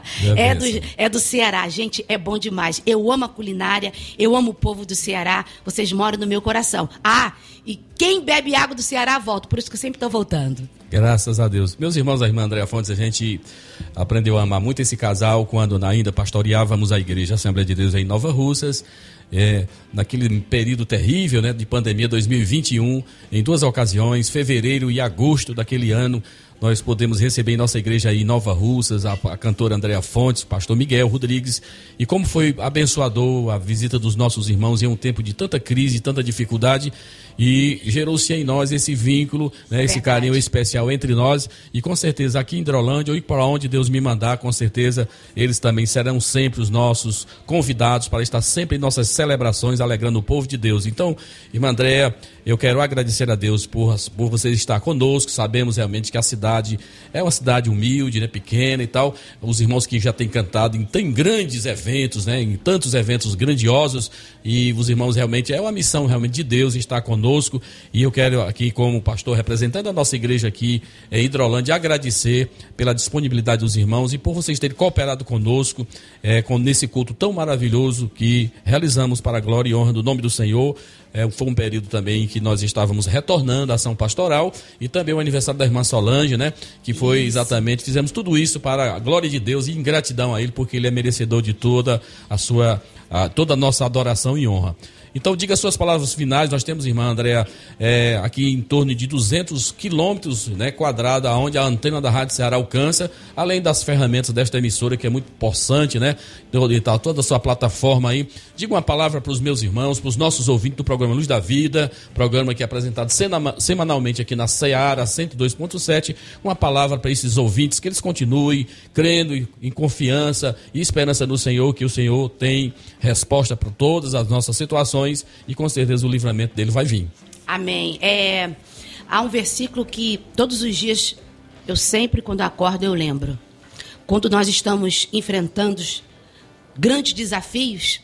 É do, é do Ceará, gente, é bom demais. Eu amo a culinária, eu amo o povo do Ceará. Vocês moram no meu coração. Ah, e quem bebe água do Ceará volta, por isso que eu sempre estou voltando. Graças a Deus. Meus irmãos, a irmã Andréa Fontes, a gente aprendeu a amar muito esse casal quando ainda pastoreávamos a igreja Assembleia de Deus em Nova Russas, é, naquele período terrível, né, de pandemia dois mil e vinte e um, em duas ocasiões, fevereiro e agosto daquele ano, nós podemos receber em nossa igreja aí em Nova Russas a, a cantora Andréa Fontes, pastor Miguel Rodrigues, e como foi abençoador a visita dos nossos irmãos em um tempo de tanta crise, tanta dificuldade, e gerou-se em nós esse vínculo, né, esse carinho especial entre nós, e com certeza aqui em Hidrolândia, ou para onde Deus me mandar, com certeza eles também serão sempre os nossos convidados para estar sempre em nossas celebrações, alegrando o povo de Deus. Então, irmã Andréa, eu quero agradecer a Deus por, por você estar conosco. Sabemos realmente que a cidade é uma cidade humilde, né, pequena e tal. Os irmãos que já têm cantado em tão grandes eventos, né, em tantos eventos grandiosos, e os irmãos realmente, é uma missão realmente de Deus estar conosco. E eu quero aqui, como pastor, representando a nossa igreja aqui em Hidrolândia, agradecer pela disponibilidade dos irmãos e por vocês terem cooperado conosco é, com, nesse culto tão maravilhoso que realizamos para a glória e honra do nome do Senhor. É, foi um período também que nós estávamos retornando à ação pastoral e também o aniversário da irmã Solange, né? Que foi exatamente, fizemos tudo isso para a glória de Deus e em gratidão a Ele, porque Ele é merecedor de toda a sua, a, toda a nossa adoração e honra. Então diga suas palavras finais. Nós temos, irmã Andréa, é, aqui em torno de duzentos quilômetros, né, quadrados, onde a antena da Rádio Ceará alcança, além das ferramentas desta emissora, que é muito possante, né, toda a sua plataforma aí. Diga uma palavra para os meus irmãos, para os nossos ouvintes do programa Luz da Vida, programa que é apresentado semanalmente aqui na Ceará cento e dois ponto sete, uma palavra para esses ouvintes, que eles continuem crendo em confiança e esperança no Senhor, que o Senhor tem resposta para todas as nossas situações, e com certeza o livramento dele vai vir. Amém. É, há um versículo que todos os dias, eu sempre quando acordo eu lembro. Quando nós estamos enfrentando grandes desafios,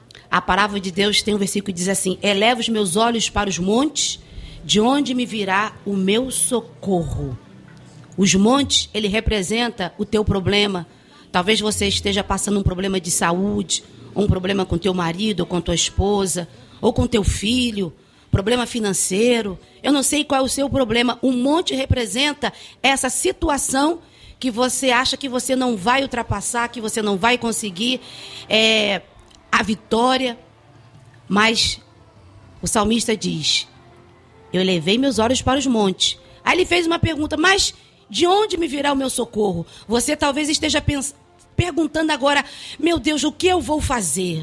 a palavra de Deus tem um versículo que diz assim: eleva os meus olhos para os montes, de onde me virá o meu socorro. Os montes, ele representa o teu problema, Talvez você esteja passando um problema de saúde, ou um problema com teu marido, ou com tua esposa, ou com teu filho, problema financeiro. Eu não sei qual é o seu problema. Um monte representa essa situação que você acha que você não vai ultrapassar, que você não vai conseguir é, a vitória. Mas o salmista diz, eu levei meus olhos para os montes. Aí ele fez uma pergunta, mas de onde me virá o meu socorro? Você talvez esteja pens- perguntando agora, meu Deus, o que eu vou fazer?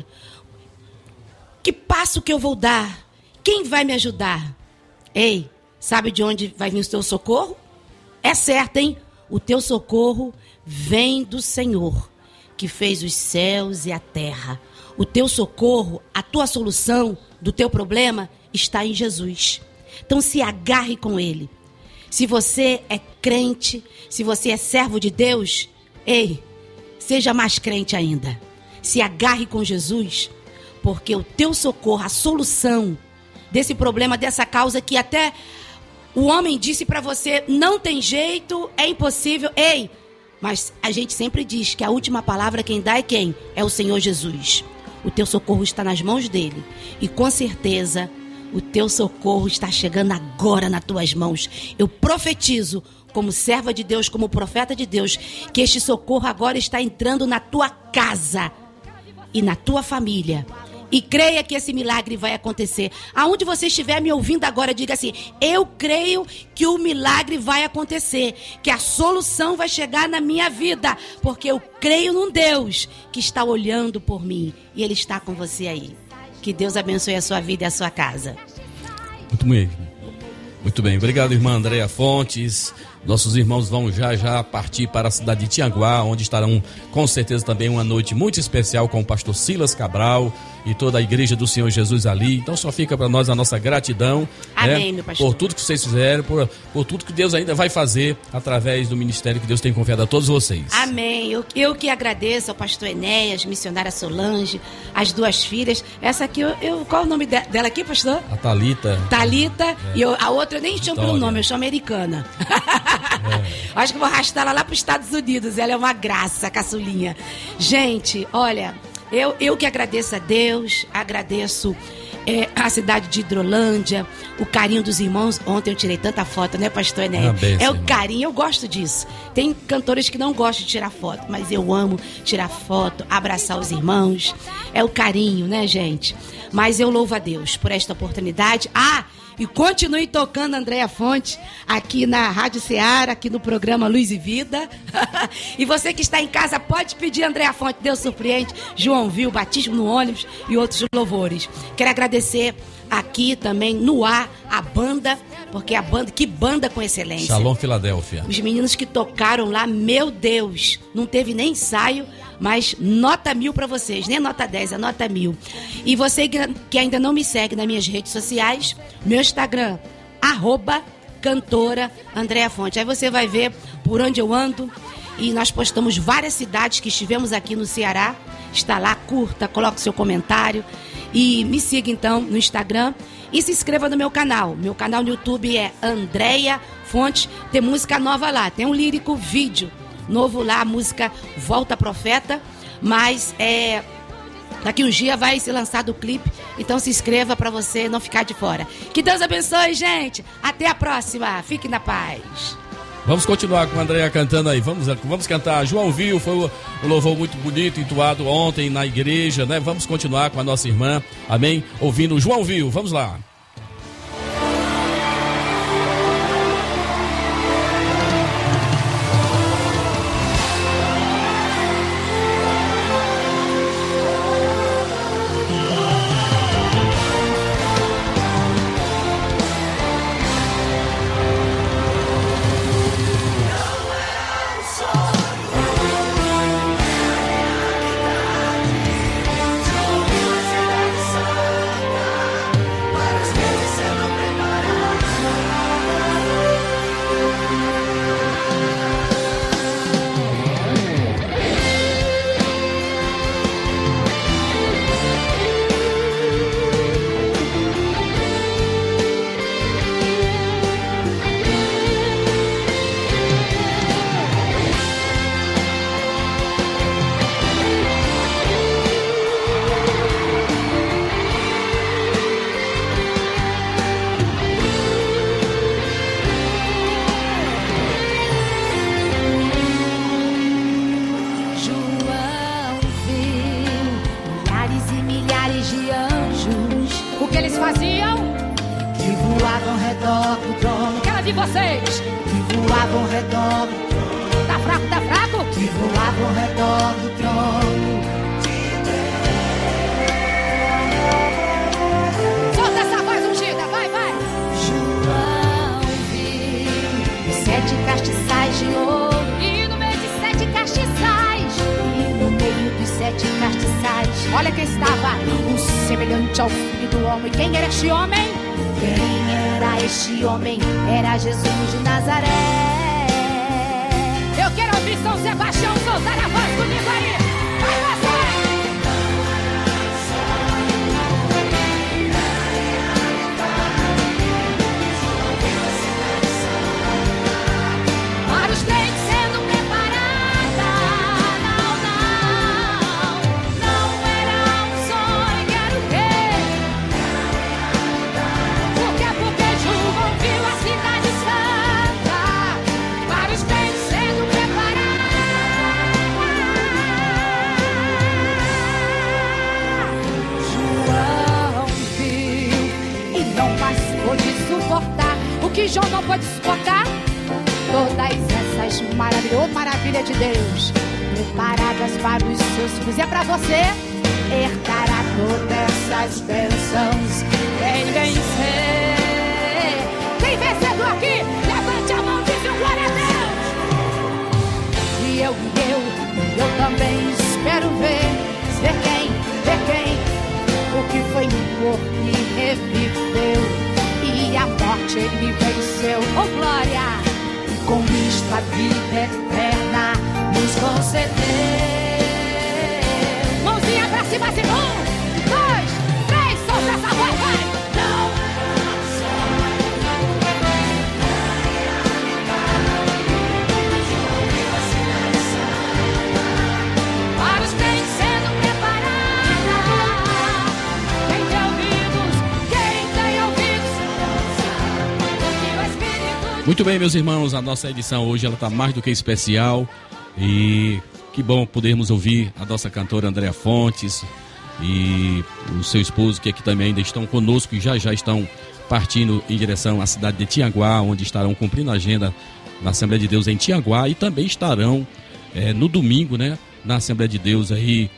Que passo que eu vou dar? Quem vai me ajudar? Ei, sabe de onde vai vir o teu socorro? É certo, hein? O teu socorro vem do Senhor, que fez os céus e a terra. O teu socorro, a tua solução do teu problema está em Jesus. Então se agarre com Ele. Se você é crente, se você é servo de Deus, ei, seja mais crente ainda. Se agarre com Jesus, porque o teu socorro, a solução desse problema, dessa causa que até o homem disse para você, não tem jeito, é impossível. Ei, mas a gente sempre diz que a última palavra quem dá é quem? É o Senhor Jesus. O teu socorro está nas mãos dele. E com certeza, o teu socorro está chegando agora nas tuas mãos. Eu profetizo, como serva de Deus, como profeta de Deus, que este socorro agora está entrando na tua casa e na tua família. E creia que esse milagre vai acontecer. Aonde você estiver me ouvindo agora, diga assim, eu creio que o milagre vai acontecer, que a solução vai chegar na minha vida, porque eu creio num Deus que está olhando por mim e Ele está com você aí. Que Deus abençoe a sua vida e a sua casa. Muito bem. Muito bem. Obrigado, irmã Andréia Fontes. Nossos irmãos vão já já partir para a cidade de Tianguá, onde estarão com certeza também uma noite muito especial com o pastor Silas Cabral e toda a igreja do Senhor Jesus ali. Então só fica para nós a nossa gratidão, amém, né, meu pastor, por tudo que vocês fizeram, por, por tudo que Deus ainda vai fazer através do ministério que Deus tem confiado a todos vocês. Amém. Eu, eu que agradeço ao pastor Enéas, missionária Solange, as duas filhas. Essa aqui, eu, eu, qual o nome de, dela aqui, pastor? A Thalita. Thalita. É. E eu, a outra eu nem chamo pelo nome, eu chamo Americana. É. Acho que vou arrastar ela lá para os Estados Unidos. Ela é uma graça, caçulinha. Gente, olha, eu, eu que agradeço a Deus, agradeço é, a cidade de Hidrolândia, o carinho dos irmãos. Ontem eu tirei tanta foto, né, pastor Enéas? É o irmão. Carinho, eu gosto disso. Tem cantores que não gostam de tirar foto, mas eu amo tirar foto, abraçar os irmãos. É o carinho, né, gente? Mas eu louvo a Deus por esta oportunidade. Ah, e continue tocando Andréia Fontes aqui na Rádio Ceará, aqui no programa Luz e Vida. E você que está em casa pode pedir Andréia Fontes, Deus surpreende, João Viu, Batismo no Ônibus e outros louvores. Quero agradecer aqui também no ar a banda, porque a banda, que banda com excelência. Shalom Filadélfia. Os meninos que tocaram lá, meu Deus, não teve nem ensaio, mas nota mil para vocês, nem nota dez, é nota mil. E você que ainda não me segue nas minhas redes sociais, meu Instagram, arroba cantora Andréia Fontes. Aí você vai ver por onde eu ando. E nós postamos várias cidades que estivemos aqui no Ceará. Está lá, curta, coloque seu comentário. E me siga então no Instagram. E se inscreva no meu canal. Meu canal no YouTube é Andréia Fontes. Tem música nova lá, tem um lírico vídeo novo lá, a música Volta Profeta, mas é, daqui uns dias vai ser lançado o clipe, então se inscreva para você não ficar de fora. Que Deus abençoe, gente, até a próxima, fique na paz. Vamos continuar com a Andréia cantando aí, vamos, vamos cantar João Viu, foi um louvor muito bonito, entoado ontem na igreja, né? Vamos continuar com a nossa irmã, amém? Ouvindo João Viu, vamos lá. Para milhares e milhares de anjos. O que eles faziam? Que voavam ao redor do trono. Quero ouvir vocês. Que voavam ao redor do trono. Tá fraco, tá fraco? Que voavam ao redor do trono. Solta essa voz ungida, vai, vai. João viu os sete castiçais de ouro. E no meio de sete castiçais. E no meio dos sete castiçais, olha quem estava, um semelhante ao Filho do Homem. Quem era este homem? Quem era este homem? Era Jesus de Nazaré. Eu quero ouvir São Sebastião soltar a voz comigo aí. Vai você! Para os crentes sendo preparada. Não, não, não era um sonho, era o quê? Por quê? Porque João viu a cidade santa. Para os crentes sendo preparados. João viu e não passou de suportar. O que João não pôde suportar? Todas essas maravilhas, oh, maravilha de Deus, preparadas para os seus filhos. É para você, herdará todas essas bênçãos. Quem vencer, quem vencedor aqui, levante a mão e diz um glória a Deus. E eu, e eu, eu também espero ver, ver quem, ver quem, o que foi morto e reviveu, e a morte ele venceu. Oh glória! Com isto a vida eterna nos concedeu. Mãozinha pra cima, assim. Um, dois, três, solta essa voz, vai! Não! Para os crentes sendo preparados. Quem tem ouvidos, quem tem ouvidos, que o Espírito... Muito bem, meus irmãos, a nossa edição hoje ela está mais do que especial e que bom podermos ouvir a nossa cantora Andréa Fontes e o seu esposo, que aqui também ainda estão conosco e já já estão partindo em direção à cidade de Tianguá, onde estarão cumprindo a agenda na Assembleia de Deus em Tianguá e também estarão é, no domingo, né, na Assembleia de Deus aí,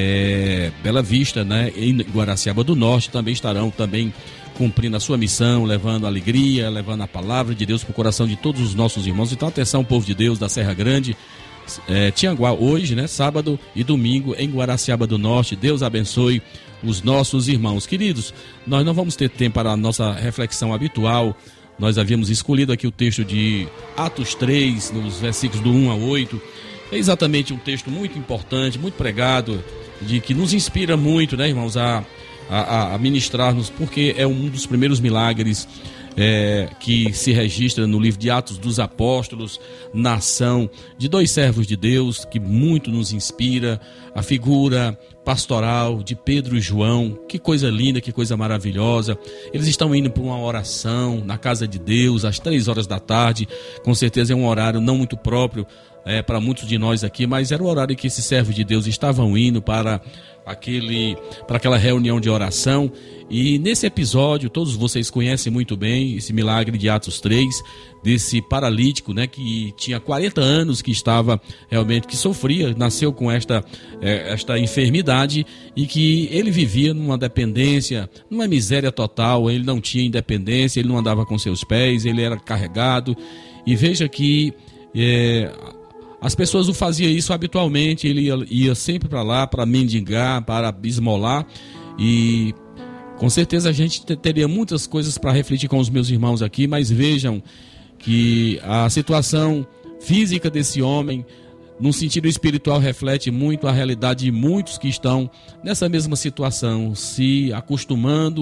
é, Bela Vista, né, em Guaraciaba do Norte, também estarão também cumprindo a sua missão, levando alegria, levando a palavra de Deus para o coração de todos os nossos irmãos. Então, atenção, povo de Deus da Serra Grande, é, Tianguá hoje, né, sábado e domingo em Guaraciaba do Norte. Deus abençoe os nossos irmãos. Queridos, nós não vamos ter tempo para a nossa reflexão habitual. Nós havíamos escolhido aqui o texto de Atos três, nos versículos do um a oito. É exatamente um texto muito importante, muito pregado, de que nos inspira muito, né, irmãos, a A, a ministrar-nos, porque é um dos primeiros milagres é, que se registra no livro de Atos dos Apóstolos, na ação de dois servos de Deus que muito nos inspira, a figura pastoral de Pedro e João. Que coisa linda, que coisa maravilhosa. Eles estão indo para uma oração na casa de Deus às três horas da tarde. Com certeza é um horário não muito próprio é, para muitos de nós aqui, mas era o horário que esses servos de Deus estavam indo para aquele, para aquela reunião de oração. E nesse episódio, todos vocês conhecem muito bem esse milagre de Atos três, desse paralítico, né, que tinha quarenta anos, que estava realmente, que sofria, nasceu com esta, é, esta enfermidade, e que ele vivia numa dependência, numa miséria total. Ele não tinha independência, ele não andava com seus pés, ele era carregado. E veja que é, as pessoas o faziam isso habitualmente. Ele ia, ia sempre para lá para mendigar, para esmolar. E com certeza a gente teria muitas coisas para refletir com os meus irmãos aqui, mas vejam que a situação física desse homem, no sentido espiritual, reflete muito a realidade de muitos que estão nessa mesma situação, se acostumando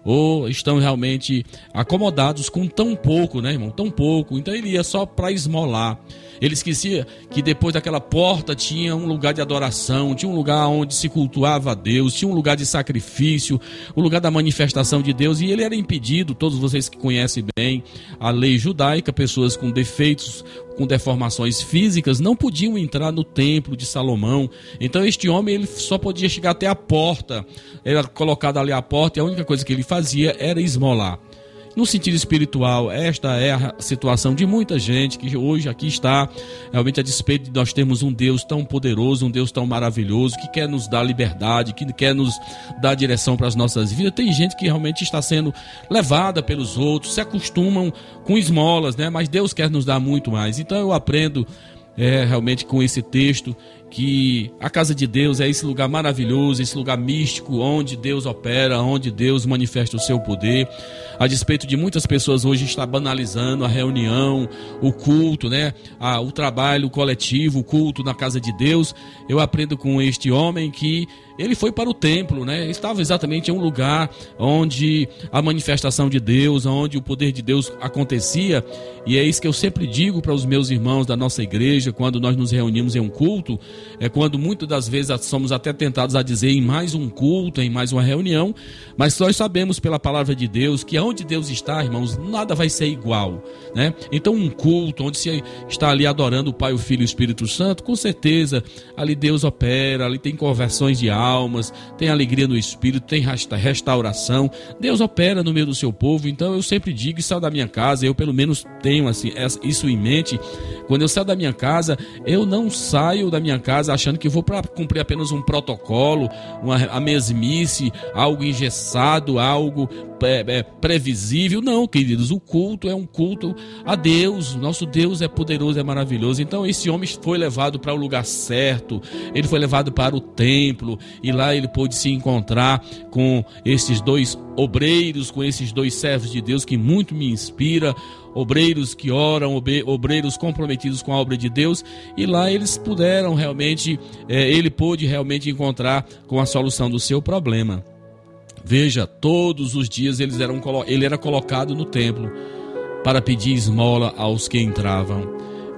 ou estão realmente acomodados com tão pouco, né, irmão? Tão pouco. Então ele ia só para esmolar. Ele esquecia que depois daquela porta tinha um lugar de adoração, tinha um lugar onde se cultuava a Deus, tinha um lugar de sacrifício, o lugar da manifestação de Deus, e ele era impedido. Todos vocês que conhecem bem a lei judaica, pessoas com defeitos, com deformações físicas, não podiam entrar no templo de Salomão. Então este homem ele só podia chegar até a porta, era colocado ali à porta, e a única coisa que ele fazia era esmolar. No sentido espiritual, esta é a situação de muita gente que hoje aqui está, realmente a despeito de nós termos um Deus tão poderoso, um Deus tão maravilhoso, que quer nos dar liberdade, que quer nos dar direção para as nossas vidas. Tem gente que realmente está sendo levada pelos outros, se acostumam com esmolas, né? Mas Deus quer nos dar muito mais. Então eu aprendo é, realmente com esse texto que a casa de Deus é esse lugar maravilhoso, esse lugar místico, onde Deus opera, onde Deus manifesta o seu poder. A despeito de muitas pessoas hoje estar banalizando a reunião, o culto, né? Ah, o trabalho coletivo, o culto na casa de Deus, eu aprendo com este homem que ele foi para o templo, né? Estava exatamente em um lugar onde a manifestação de Deus, onde o poder de Deus acontecia. E é isso que eu sempre digo para os meus irmãos da nossa igreja, quando nós nos reunimos em um culto, é quando muitas das vezes somos até tentados a dizer em mais um culto, em mais uma reunião, mas nós sabemos pela palavra de Deus que onde Deus está, irmãos, nada vai ser igual, né? Então um culto onde se está ali adorando o Pai, o Filho e o Espírito Santo, com certeza ali Deus opera, ali tem conversões de almas, tem alegria no Espírito, tem restauração. Deus opera no meio do seu povo. Então eu sempre digo e saio da minha casa, eu pelo menos tenho assim, isso em mente. Quando eu saio da minha casa, eu não saio da minha casa achando que vou para cumprir apenas um protocolo, uma, a mesmice, algo engessado, algo é, é, previsível. Não, queridos, o culto é um culto a Deus. Nosso Deus é poderoso, é maravilhoso. Então esse homem foi levado para o lugar certo, ele foi levado para o templo, e lá ele pôde se encontrar com esses dois obreiros, com esses dois servos de Deus que muito me inspira, obreiros que oram, obreiros comprometidos com a obra de Deus, e lá eles puderam realmente, é, ele pôde realmente encontrar com a solução do seu problema. Veja, todos os dias eles eram, ele era colocado no templo para pedir esmola aos que entravam.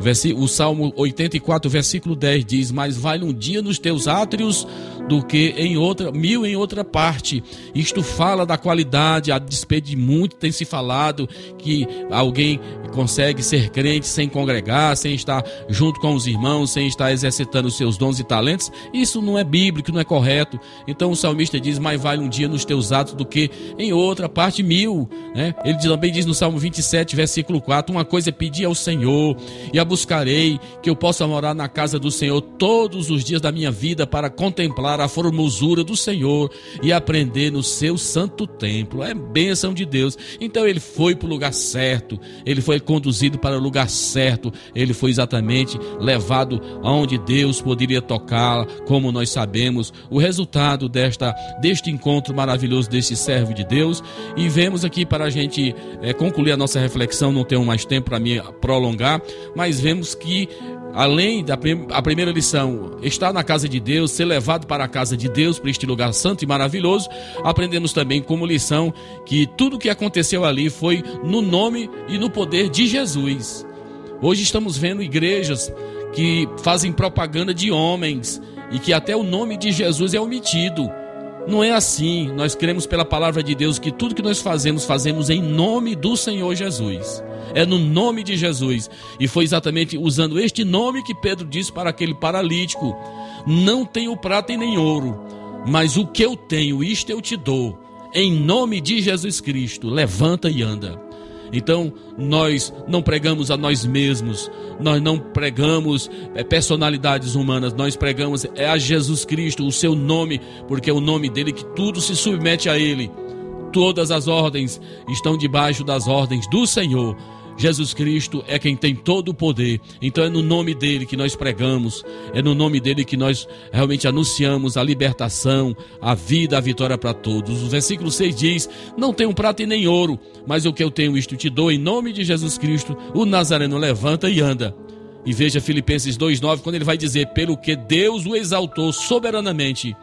O Salmo oitenta e quatro, versículo dez diz: mais vale um dia nos teus átrios do que em outra, mil em outra parte. Isto fala da qualidade, a despeito de muito tem se falado que alguém consegue ser crente sem congregar, sem estar junto com os irmãos, sem estar exercitando os seus dons e talentos. Isso não é bíblico, não é correto. Então o salmista diz: mais vale um dia nos teus atos do que em outra parte mil, né? Ele também diz no Salmo vinte e sete, versículo quatro: uma coisa é pedir ao Senhor, e a buscarei, que eu possa morar na casa do Senhor todos os dias da minha vida, para contemplar a formosura do Senhor e aprender no seu santo templo. É bênção de Deus. Então ele foi para o lugar certo, ele foi conduzido para o lugar certo, ele foi exatamente levado aonde Deus poderia tocar. Como nós sabemos o resultado desta, deste encontro maravilhoso desse servo de Deus. E vemos aqui, para a gente é, concluir a nossa reflexão, não tenho mais tempo para me prolongar, mas vemos que além da prim- a primeira lição, estar na casa de Deus, ser levado para a casa de Deus, para este lugar santo e maravilhoso, aprendemos também como lição que tudo o que aconteceu ali foi no nome e no poder de Jesus. Hoje estamos vendo igrejas que fazem propaganda de homens e que até o nome de Jesus é omitido. Não é assim. Nós cremos pela palavra de Deus que tudo que nós fazemos, fazemos em nome do Senhor Jesus. É no nome de Jesus. E foi exatamente usando este nome que Pedro disse para aquele paralítico: não tenho prata e nem ouro, mas o que eu tenho, isto eu te dou. Em nome de Jesus Cristo, levanta e anda. Então nós não pregamos a nós mesmos, nós não pregamos é, personalidades humanas, nós pregamos é a Jesus Cristo, o seu nome, porque é o nome dele que tudo se submete a ele. Todas as ordens estão debaixo das ordens do Senhor. Jesus Cristo é quem tem todo o poder. Então é no nome dele que nós pregamos, é no nome dele que nós realmente anunciamos a libertação, a vida, a vitória para todos. O versículo seis diz: não tenho prata e nem ouro, mas o que eu tenho isto te dou. Em nome de Jesus Cristo, o Nazareno, levanta e anda. E veja Filipenses dois, nove, quando ele vai dizer: pelo que Deus o exaltou soberanamente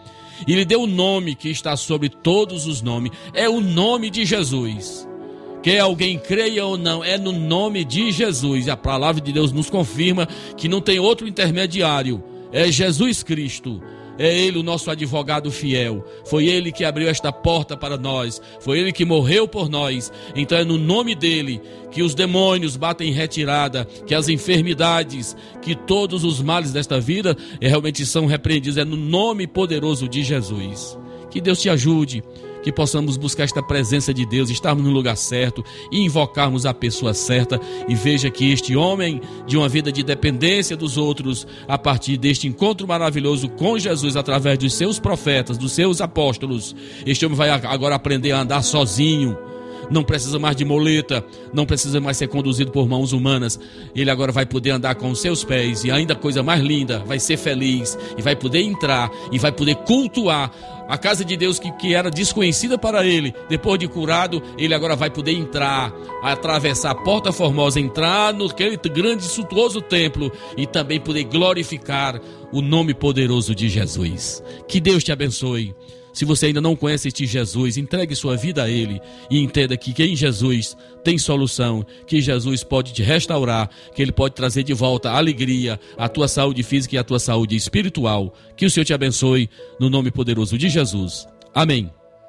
e lhe deu o nome que está sobre todos os nomes. É o nome de Jesus. Quer alguém creia ou não, é no nome de Jesus. E a palavra de Deus nos confirma que não tem outro intermediário. É Jesus Cristo. É Ele o nosso advogado fiel. Foi Ele que abriu esta porta para nós. Foi Ele que morreu por nós. Então é no nome dEle que os demônios batem em retirada, que as enfermidades, que todos os males desta vida realmente são repreendidos. É no nome poderoso de Jesus. Que Deus te ajude, que possamos buscar esta presença de Deus, estarmos no lugar certo e invocarmos a pessoa certa. E veja que este homem de uma vida de dependência dos outros, a partir deste encontro maravilhoso com Jesus, através dos seus profetas, dos seus apóstolos, este homem vai agora aprender a andar sozinho. Não precisa mais de muleta, não precisa mais ser conduzido por mãos humanas. Ele agora vai poder andar com os seus pés, e ainda coisa mais linda, vai ser feliz e vai poder entrar e vai poder cultuar a casa de Deus que, que era desconhecida para ele. Depois de curado, ele agora vai poder entrar, atravessar a porta formosa, entrar naquele grande e suntuoso templo e também poder glorificar o nome poderoso de Jesus. Que Deus te abençoe. Se você ainda não conhece este Jesus, entregue sua vida a Ele e entenda que em Jesus tem solução, que Jesus pode te restaurar, que Ele pode trazer de volta a alegria, a tua saúde física e a tua saúde espiritual. Que o Senhor te abençoe no nome poderoso de Jesus. Amém.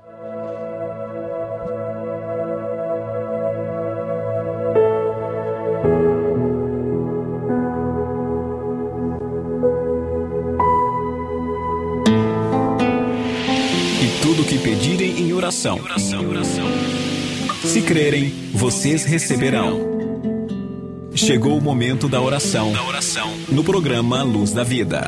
Tudo que pedirem em oração. Se crerem, vocês receberão. Chegou o momento da oração. No programa Luz da Vida.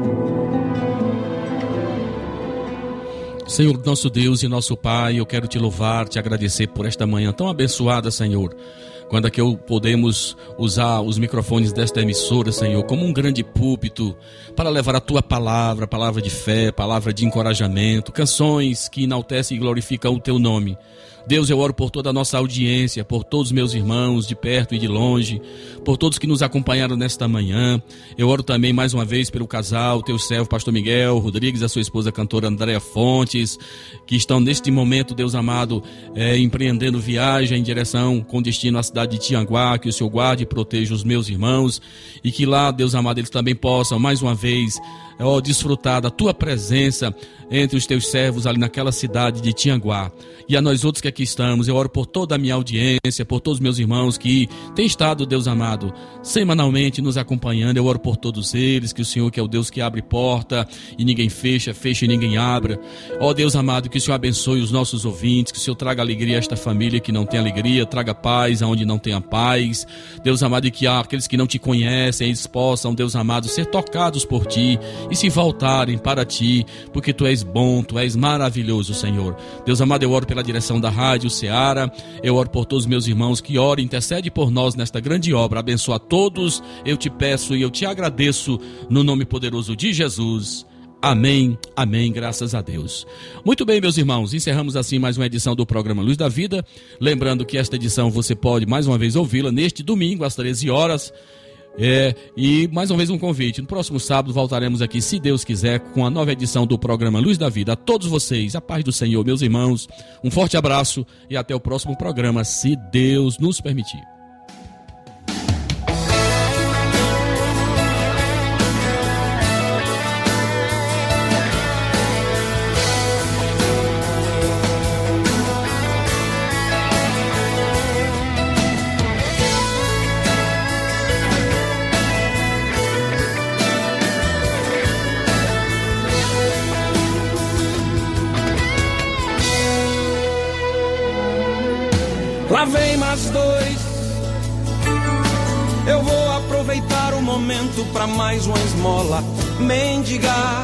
Senhor, nosso Deus e nosso Pai, eu quero te louvar, te agradecer por esta manhã tão abençoada, Senhor. Quando é que eu podemos usar os microfones desta emissora, Senhor, como um grande púlpito para levar a Tua palavra, palavra de fé, palavra de encorajamento, canções que enaltecem e glorificam o Teu nome. Deus, eu oro por toda a nossa audiência, por todos os meus irmãos de perto e de longe, por todos que nos acompanharam nesta manhã. Eu oro também mais uma vez pelo casal, teu servo, pastor Miguel Rodrigues, a sua esposa, cantora Andréa Fontes, que estão neste momento, Deus amado, é, empreendendo viagem em direção com destino à cidade de Tianguá. Que o Senhor guarde e proteja os meus irmãos e que lá, Deus amado, eles também possam mais uma vez ó, desfrutar da tua presença entre os teus servos ali naquela cidade de Tianguá. E a nós outros que aqui estamos, eu oro por toda a minha audiência, por todos os meus irmãos que têm estado, Deus amado, semanalmente nos acompanhando. Eu oro por todos eles, que o Senhor, que é o Deus que abre porta e ninguém fecha, fecha e ninguém abre. Ó Deus amado, que o Senhor abençoe os nossos ouvintes, que o Senhor traga alegria a esta família que não tem alegria, traga paz aonde não tenha paz. Deus amado, e que aqueles que não te conhecem, eles possam, Deus amado, ser tocados por ti e se voltarem para ti, porque tu és bom, tu és maravilhoso, Senhor. Deus amado, eu oro pela direção da Rádio Ceará, eu oro por todos os meus irmãos que oram, intercede por nós nesta grande obra. Abençoa a todos, eu te peço e eu te agradeço no nome poderoso de Jesus. Amém, amém, graças a Deus. Muito bem, meus irmãos, encerramos assim mais uma edição do programa Luz da Vida. Lembrando que esta edição você pode mais uma vez ouvi-la neste domingo às treze horas. É, e mais uma vez um convite, no próximo sábado voltaremos aqui, se Deus quiser, com a nova edição do programa Luz da Vida. A todos vocês, a paz do Senhor, meus irmãos, um forte abraço e até o próximo programa, se Deus nos permitir. Lá vem mais dois. Eu vou aproveitar o momento pra mais uma esmola mendigar.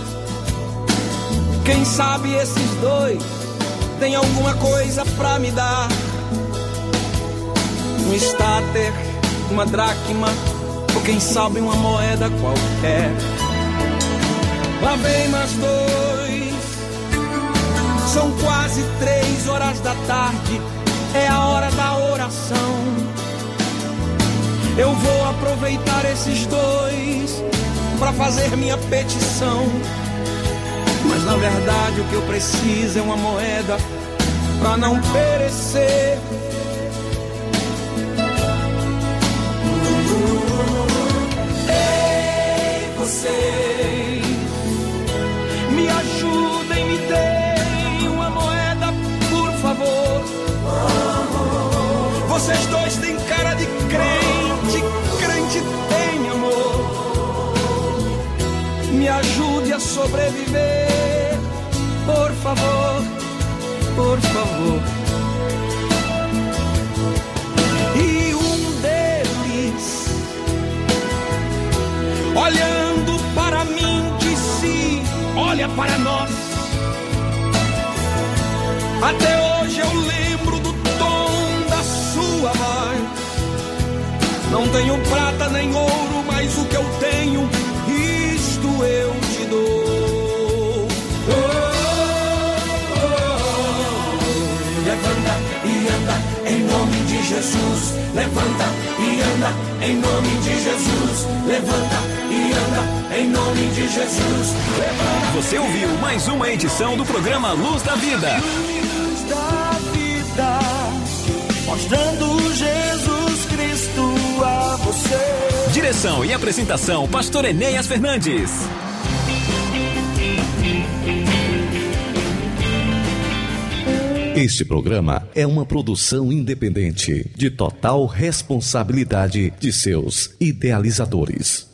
Quem sabe esses dois tem alguma coisa pra me dar. Um estáter, uma dracma, ou quem sabe uma moeda qualquer. Lá vem mais dois. São quase três horas da tarde. É a hora da oração. Eu vou aproveitar esses dois pra fazer minha petição. Mas na verdade o que eu preciso é uma moeda pra não perecer. Ei, você, me ajudem, me deem uma moeda, por favor. Vocês dois têm cara de crente, crente tem amor. Me ajude a sobreviver, por favor, por favor. E um deles, olhando para mim, disse: olha para nós. Até hoje eu lembro do tom da sua voz. Não tenho prata nem ouro, mas o que eu tenho, isto eu te dou. Oh, oh, oh. Levanta e anda em nome de Jesus. Levanta e anda em nome de Jesus. Levanta e anda em nome de Jesus. Levanta. Você ouviu mais uma edição do programa Luz da Vida. Luz da vida, mostrando Jesus Cristo a você. Direção e apresentação, Pastor Enéas Fernandes. Este programa é uma produção independente, de total responsabilidade de seus idealizadores.